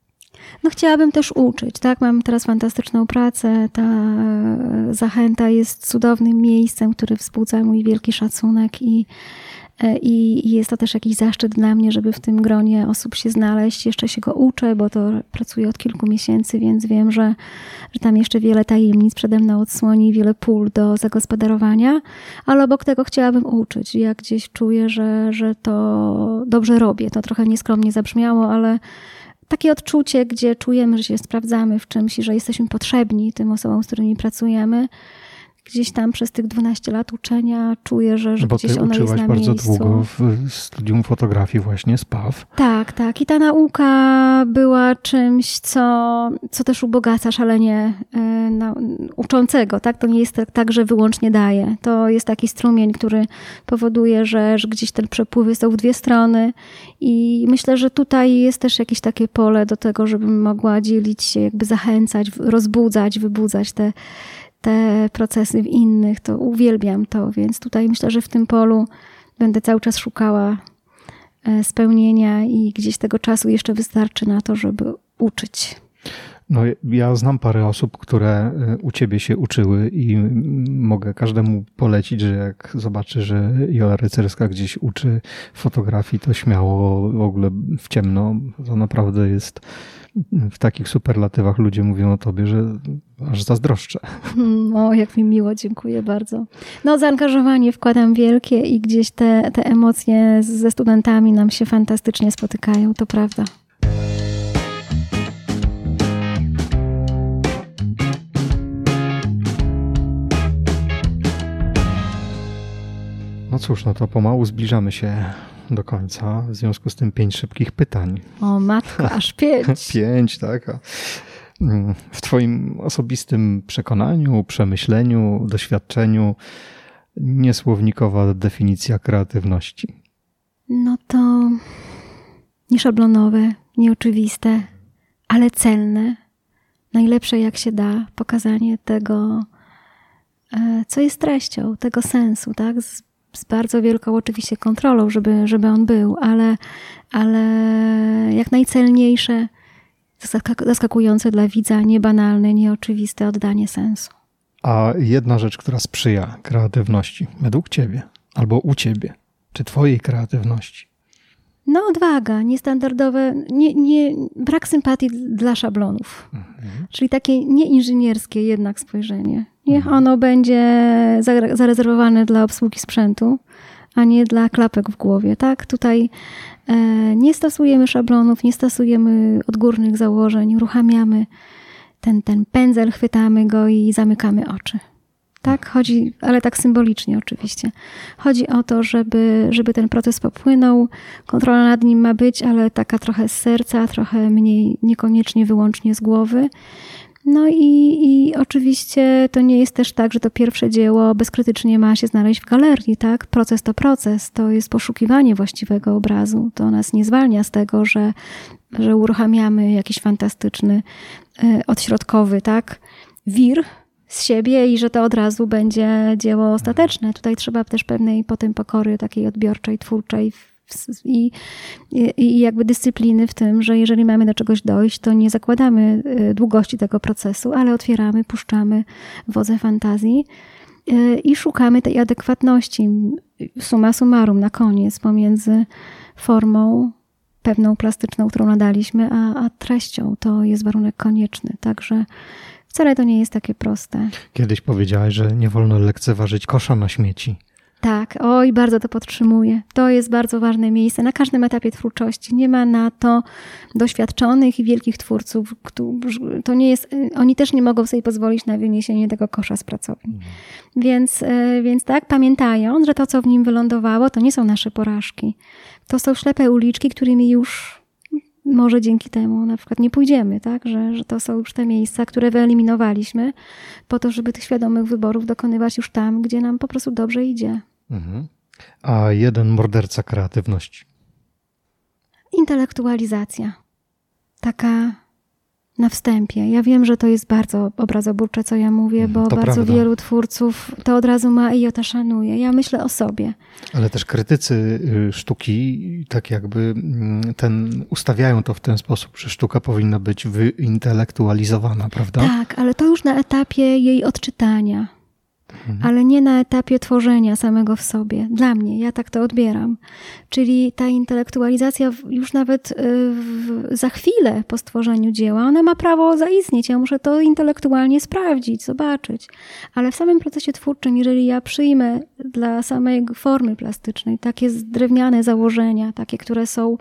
No chciałabym też uczyć, tak? Mam teraz fantastyczną pracę. Ta Zachęta jest cudownym miejscem, które wzbudza mój wielki szacunek i, i, i jest to też jakiś zaszczyt dla mnie, żeby w tym gronie osób się znaleźć. Jeszcze się go uczę, bo to pracuję od kilku miesięcy, więc wiem, że, że tam jeszcze wiele tajemnic przede mną odsłoni, wiele pól do zagospodarowania, ale obok tego chciałabym uczyć. Ja gdzieś czuję, że, że to dobrze robię. To trochę nieskromnie zabrzmiało, ale takie odczucie, gdzie czujemy, że się sprawdzamy w czymś i że jesteśmy potrzebni tym osobom, z którymi pracujemy. Gdzieś tam przez tych dwanaście lat uczenia czuję, że, że Bo gdzieś ty ono jest uczyłaś na bardzo miejscu. długo w studium fotografii właśnie z P A W. Tak, tak. I ta nauka była czymś, co, co też ubogaca szalenie y, na, uczącego. Tak? To nie jest tak, tak, że wyłącznie daje. To jest taki strumień, który powoduje, że, że gdzieś te przepływy są w dwie strony i myślę, że tutaj jest też jakieś takie pole do tego, żebym mogła dzielić się, jakby zachęcać, rozbudzać, wybudzać te te procesy w innych, to uwielbiam to, więc tutaj myślę, że w tym polu będę cały czas szukała spełnienia i gdzieś tego czasu jeszcze wystarczy na to, żeby uczyć. No, ja znam parę osób, które u ciebie się uczyły i mogę każdemu polecić, że jak zobaczy, że Jola Rycerska gdzieś uczy fotografii, to śmiało w ogóle w ciemno. To naprawdę jest w takich superlatywach ludzie mówią o tobie, że aż zazdroszczę. O, jak mi miło, dziękuję bardzo. No, zaangażowanie wkładam wielkie i gdzieś te, te emocje ze studentami nam się fantastycznie spotykają, to prawda. No cóż, no to pomału zbliżamy się do końca. W związku z tym pięć szybkich pytań. O matko, aż pięć. Pięć, tak. A w twoim osobistym przekonaniu, przemyśleniu, doświadczeniu niesłownikowa definicja kreatywności? No to nieszablonowe, nieoczywiste, ale celne. Najlepsze jak się da pokazanie tego, co jest treścią, tego sensu, tak? Z, z bardzo wielką oczywiście kontrolą, żeby, żeby on był, ale, ale jak najcelniejsze, zaskakujące dla widza, niebanalne, nieoczywiste oddanie sensu. A jedna rzecz, która sprzyja kreatywności według ciebie albo u ciebie, czy twojej kreatywności? No odwaga, niestandardowe, nie, nie, brak sympatii dla szablonów. Mhm. Czyli takie nieinżynierskie jednak spojrzenie. Niech mhm. ono będzie zarezerwowane dla obsługi sprzętu, a nie dla klapek w głowie. Tak? Tutaj e, nie stosujemy szablonów, nie stosujemy odgórnych założeń, uruchamiamy ten, ten pędzel, chwytamy go i zamykamy oczy. Tak, chodzi, ale tak symbolicznie oczywiście. Chodzi o to, żeby, żeby ten proces popłynął. Kontrola nad nim ma być, ale taka trochę z serca, trochę mniej, niekoniecznie wyłącznie z głowy. No i, i oczywiście to nie jest też tak, że to pierwsze dzieło bezkrytycznie ma się znaleźć w galerii, tak? Proces to proces, to jest poszukiwanie właściwego obrazu. To nas nie zwalnia z tego, że, że uruchamiamy jakiś fantastyczny, y, odśrodkowy, tak? wir z siebie i że to od razu będzie dzieło ostateczne. Tutaj trzeba też pewnej potem pokory takiej odbiorczej, twórczej i, i, i jakby dyscypliny w tym, że jeżeli mamy do czegoś dojść, to nie zakładamy długości tego procesu, ale otwieramy, puszczamy wodze fantazji i szukamy tej adekwatności summa summarum na koniec pomiędzy formą pewną plastyczną, którą nadaliśmy, a, a treścią. To jest warunek konieczny. Także wcale to nie jest takie proste. Kiedyś powiedziałaś, że nie wolno lekceważyć kosza na śmieci. Tak, oj, bardzo to podtrzymuję. To jest bardzo ważne miejsce na każdym etapie twórczości. Nie ma na to doświadczonych i wielkich twórców. To nie jest, oni też nie mogą sobie pozwolić na wyniesienie tego kosza z pracowni. Mhm. Więc, więc tak, pamiętając, że to, co w nim wylądowało, to nie są nasze porażki. To są ślepe uliczki, którymi już może dzięki temu na przykład nie pójdziemy, tak? Że, że to są już te miejsca, które wyeliminowaliśmy po to, żeby tych świadomych wyborów dokonywać już tam, gdzie nam po prostu dobrze idzie. Mhm. A jeden morderca kreatywności? Intelektualizacja. Taka Na wstępie. Ja wiem, że to jest bardzo obrazoburcze, co ja mówię, bo to bardzo prawda. wielu twórców to od razu ma i to szanuje. Ja myślę o sobie. Ale też krytycy sztuki tak jakby ten, ustawiają to w ten sposób, że sztuka powinna być wyintelektualizowana, prawda? Tak, ale to już na etapie jej odczytania. Mhm. Ale nie na etapie tworzenia samego w sobie. Dla mnie, ja tak to odbieram. Czyli ta intelektualizacja już nawet w, za chwilę po stworzeniu dzieła, ona ma prawo zaistnieć. Ja muszę to intelektualnie sprawdzić, zobaczyć. Ale w samym procesie twórczym, jeżeli ja przyjmę dla samej formy plastycznej takie drewniane założenia, takie, które są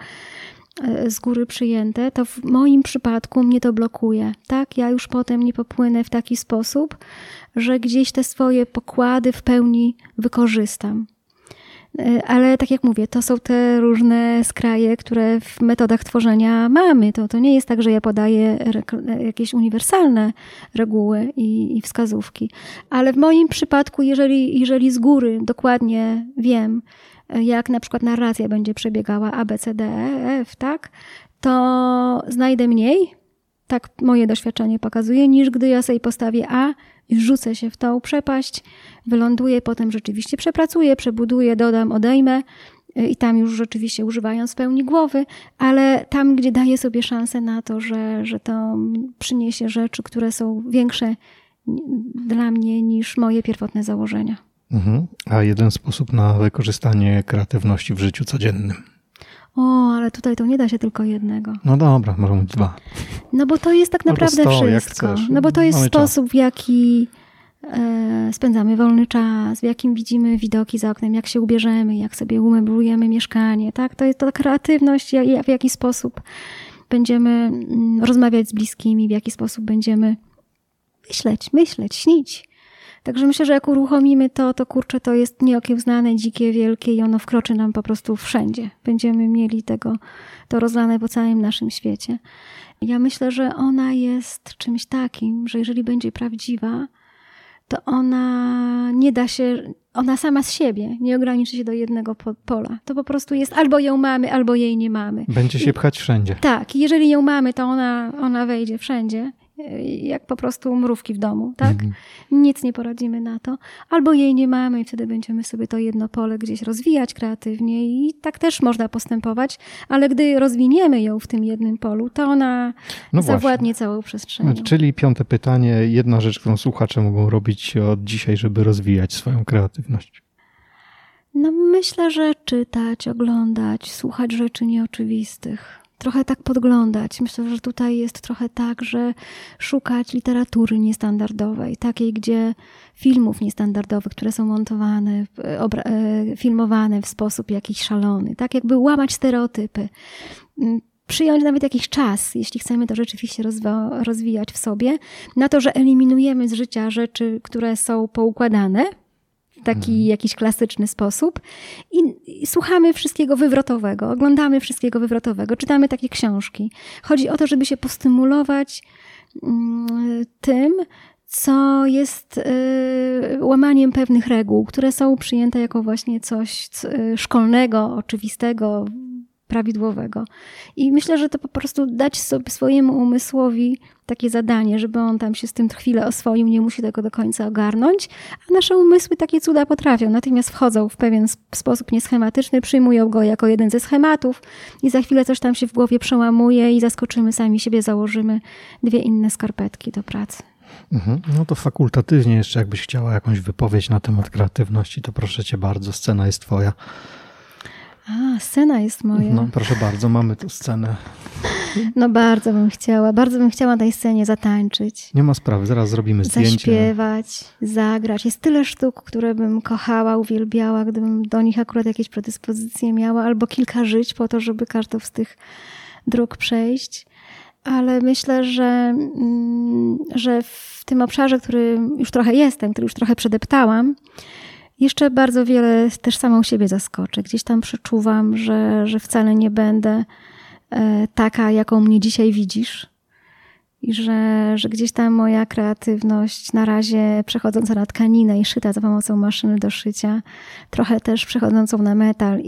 z góry przyjęte, to w moim przypadku mnie to blokuje. Tak? Ja już potem nie popłynę w taki sposób, że gdzieś te swoje pokłady w pełni wykorzystam. Ale tak jak mówię, to są te różne skraje, które w metodach tworzenia mamy. To, to nie jest tak, że ja podaję jakieś uniwersalne reguły i, i wskazówki. Ale w moim przypadku, jeżeli, jeżeli z góry dokładnie wiem, jak na przykład narracja będzie przebiegała A, B, C, D, E, F, tak, to znajdę mniej, tak moje doświadczenie pokazuje, niż gdy ja sobie postawię A i rzucę się w tą przepaść, wyląduję, potem rzeczywiście przepracuję, przebuduję, dodam, odejmę i tam już rzeczywiście używając w pełni głowy, ale tam, gdzie daję sobie szansę na to, że, że to przyniesie rzeczy, które są większe dla mnie niż moje pierwotne założenia. Mhm. A jeden sposób na wykorzystanie kreatywności w życiu codziennym? O, ale tutaj to nie da się tylko jednego. No dobra, mogą być dwa. No bo to jest tak naprawdę sto, wszystko. No bo to jest Mamy sposób, czas. w jaki e, spędzamy wolny czas, w jakim widzimy widoki za oknem, jak się ubierzemy, jak sobie umeblujemy mieszkanie. Tak? To jest ta kreatywność, w jaki sposób będziemy rozmawiać z bliskimi, w jaki sposób będziemy myśleć, myśleć, śnić. Także myślę, że jak uruchomimy to, to kurczę, to jest nieokiełznane, dzikie, wielkie i ono wkroczy nam po prostu wszędzie. Będziemy mieli tego, to rozlane po całym naszym świecie. Ja myślę, że ona jest czymś takim, że jeżeli będzie prawdziwa, to ona nie da się, ona sama z siebie nie ograniczy się do jednego pola. To po prostu jest albo ją mamy, albo jej nie mamy. Będzie się I, pchać wszędzie. Tak, jeżeli ją mamy, to ona, ona wejdzie wszędzie. Jak po prostu mrówki w domu, tak? Mhm. Nic nie poradzimy na to. Albo jej nie mamy i wtedy będziemy sobie to jedno pole gdzieś rozwijać kreatywnie i tak też można postępować, ale gdy rozwiniemy ją w tym jednym polu, to ona no zawładnie całą przestrzenią. Czyli piąte pytanie, jedna rzecz, którą słuchacze mogą robić od dzisiaj, żeby rozwijać swoją kreatywność. No myślę, że czytać, oglądać, słuchać rzeczy nieoczywistych. Trochę tak podglądać. Myślę, że tutaj jest trochę tak, że szukać literatury niestandardowej, takiej, gdzie filmów niestandardowych, które są montowane, obra- filmowane w sposób jakiś szalony, tak jakby łamać stereotypy. Przyjąć nawet jakiś czas, jeśli chcemy to rzeczywiście rozwa- rozwijać w sobie, na to, że eliminujemy z życia rzeczy, które są poukładane, w taki hmm. jakiś klasyczny sposób i, i słuchamy wszystkiego wywrotowego, oglądamy wszystkiego wywrotowego, czytamy takie książki. Chodzi o to, żeby się postymulować mm, tym, co jest y, łamaniem pewnych reguł, które są przyjęte jako właśnie coś y, szkolnego, oczywistego, prawidłowego. I myślę, że to po prostu dać sobie swojemu umysłowi takie zadanie, żeby on tam się z tym chwilę oswoił, nie musi tego do końca ogarnąć, a nasze umysły takie cuda potrafią. Natomiast wchodzą w pewien sposób nieschematyczny, przyjmują go jako jeden ze schematów i za chwilę coś tam się w głowie przełamuje i zaskoczymy sami siebie, założymy dwie inne skarpetki do pracy. Mhm. No to fakultatywnie jeszcze, jakbyś chciała jakąś wypowiedź na temat kreatywności, to proszę cię bardzo, scena jest twoja. A, scena jest moja. No proszę bardzo, mamy tu scenę. No bardzo bym chciała, bardzo bym chciała na tej scenie zatańczyć. Nie ma sprawy, zaraz zrobimy zdjęcie. Zaśpiewać, zagrać. Jest tyle sztuk, które bym kochała, uwielbiała, gdybym do nich akurat jakieś predyspozycje miała, albo kilka żyć po to, żeby każdą z tych dróg przejść. Ale myślę, że, że w tym obszarze, który już trochę jestem, który już trochę przedeptałam, jeszcze bardzo wiele też samą siebie zaskoczę. Gdzieś tam przeczuwam, że, że wcale nie będę taka, jaką mnie dzisiaj widzisz. I że, że gdzieś tam moja kreatywność na razie przechodząca na tkaninę i szyta za pomocą maszyny do szycia, trochę też przechodzącą na metal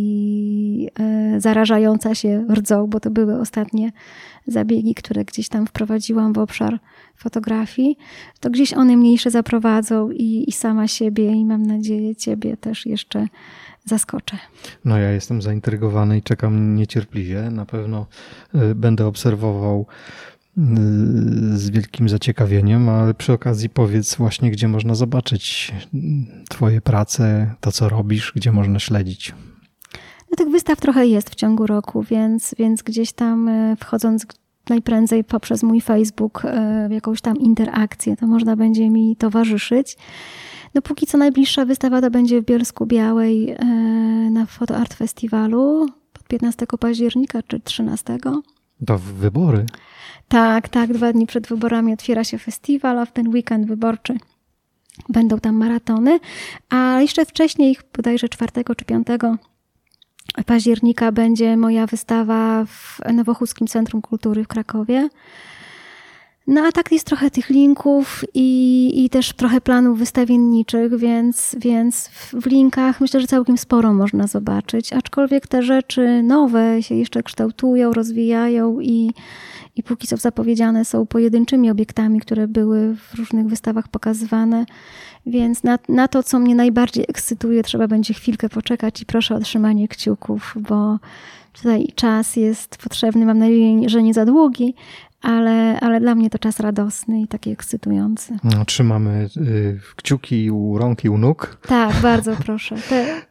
i e, zarażająca się rdzą, bo to były ostatnie zabiegi, które gdzieś tam wprowadziłam w obszar fotografii, to gdzieś one mniejsze zaprowadzą i, i sama siebie i mam nadzieję ciebie też jeszcze zaskoczę. No ja jestem zaintrygowany i czekam niecierpliwie. Na pewno y, będę obserwował y, z wielkim zaciekawieniem, ale przy okazji powiedz właśnie, gdzie można zobaczyć twoje prace, to co robisz, gdzie można śledzić. No tych wystaw trochę jest w ciągu roku, więc, więc gdzieś tam wchodząc najprędzej poprzez mój Facebook w jakąś tam interakcję, to można będzie mi towarzyszyć. No póki co najbliższa wystawa to będzie w Bielsku Białej na Photo Art Festiwalu piętnastego października czy trzynastego. To wybory. Tak, tak. Dwa dni przed wyborami otwiera się festiwal, a w ten weekend wyborczy będą tam maratony. A jeszcze wcześniej, bodajże czwartego czy piątego października będzie moja wystawa w Nowochódzkim Centrum Kultury w Krakowie. No a tak jest trochę tych linków i, i też trochę planów wystawienniczych, więc, więc w linkach myślę, że całkiem sporo można zobaczyć, aczkolwiek te rzeczy nowe się jeszcze kształtują, rozwijają i, i póki co zapowiedziane są pojedynczymi obiektami, które były w różnych wystawach pokazywane, więc na, na to, co mnie najbardziej ekscytuje, trzeba będzie chwilkę poczekać i proszę o trzymanie kciuków, bo tutaj czas jest potrzebny, mam nadzieję, że nie za długi, ale, ale dla mnie to czas radosny i taki ekscytujący. No, trzymamy y, kciuki u rąk i u nóg. Tak, bardzo proszę. Te...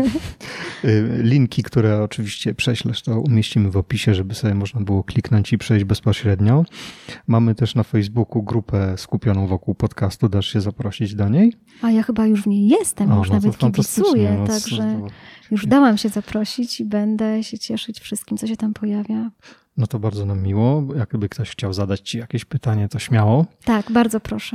Linki, które oczywiście prześlesz, to umieścimy w opisie, żeby sobie można było kliknąć i przejść bezpośrednio. Mamy też na Facebooku grupę skupioną wokół podcastu. Dasz się zaprosić do niej? A ja chyba już w niej jestem, o, już no nawet kibicuję, no, także już dałam się zaprosić i będę się cieszyć wszystkim, co się tam pojawia. No to bardzo nam miło. Jakby ktoś chciał zadać ci jakieś pytanie, to śmiało. Tak, bardzo proszę.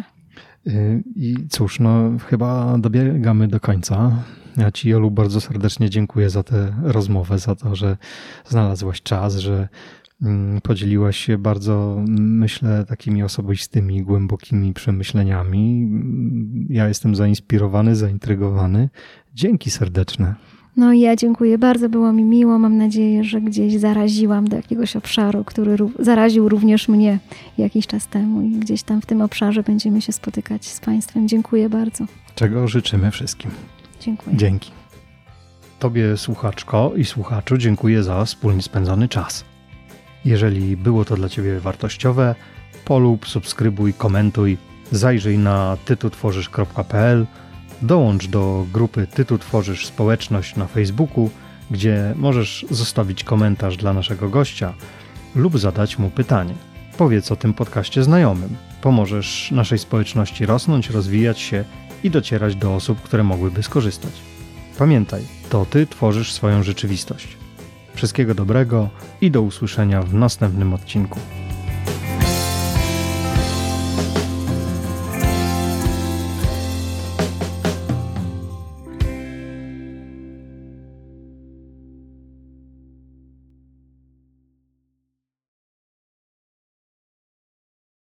I cóż, no chyba dobiegamy do końca. Ja ci, Jolu, bardzo serdecznie dziękuję za tę rozmowę, za to, że znalazłaś czas, że podzieliłaś się bardzo, myślę, takimi osobistymi, głębokimi przemyśleniami. Ja jestem zainspirowany, zaintrygowany. Dzięki serdeczne. No i ja dziękuję bardzo, było mi miło. Mam nadzieję, że gdzieś zaraziłam do jakiegoś obszaru, który zaraził również mnie jakiś czas temu i gdzieś tam w tym obszarze będziemy się spotykać z Państwem. Dziękuję bardzo. Czego życzymy wszystkim. Dziękuję. Dzięki. Tobie, słuchaczko i słuchaczu, dziękuję za wspólnie spędzony czas. Jeżeli było to dla Ciebie wartościowe, polub, subskrybuj, komentuj, zajrzyj na tytutworzysz kropka pe el, dołącz do grupy Ty tu tworzysz społeczność na Facebooku, gdzie możesz zostawić komentarz dla naszego gościa lub zadać mu pytanie. Powiedz o tym podcaście znajomym. Pomożesz naszej społeczności rosnąć, rozwijać się i docierać do osób, które mogłyby skorzystać. Pamiętaj, to Ty tworzysz swoją rzeczywistość. Wszystkiego dobrego i do usłyszenia w następnym odcinku.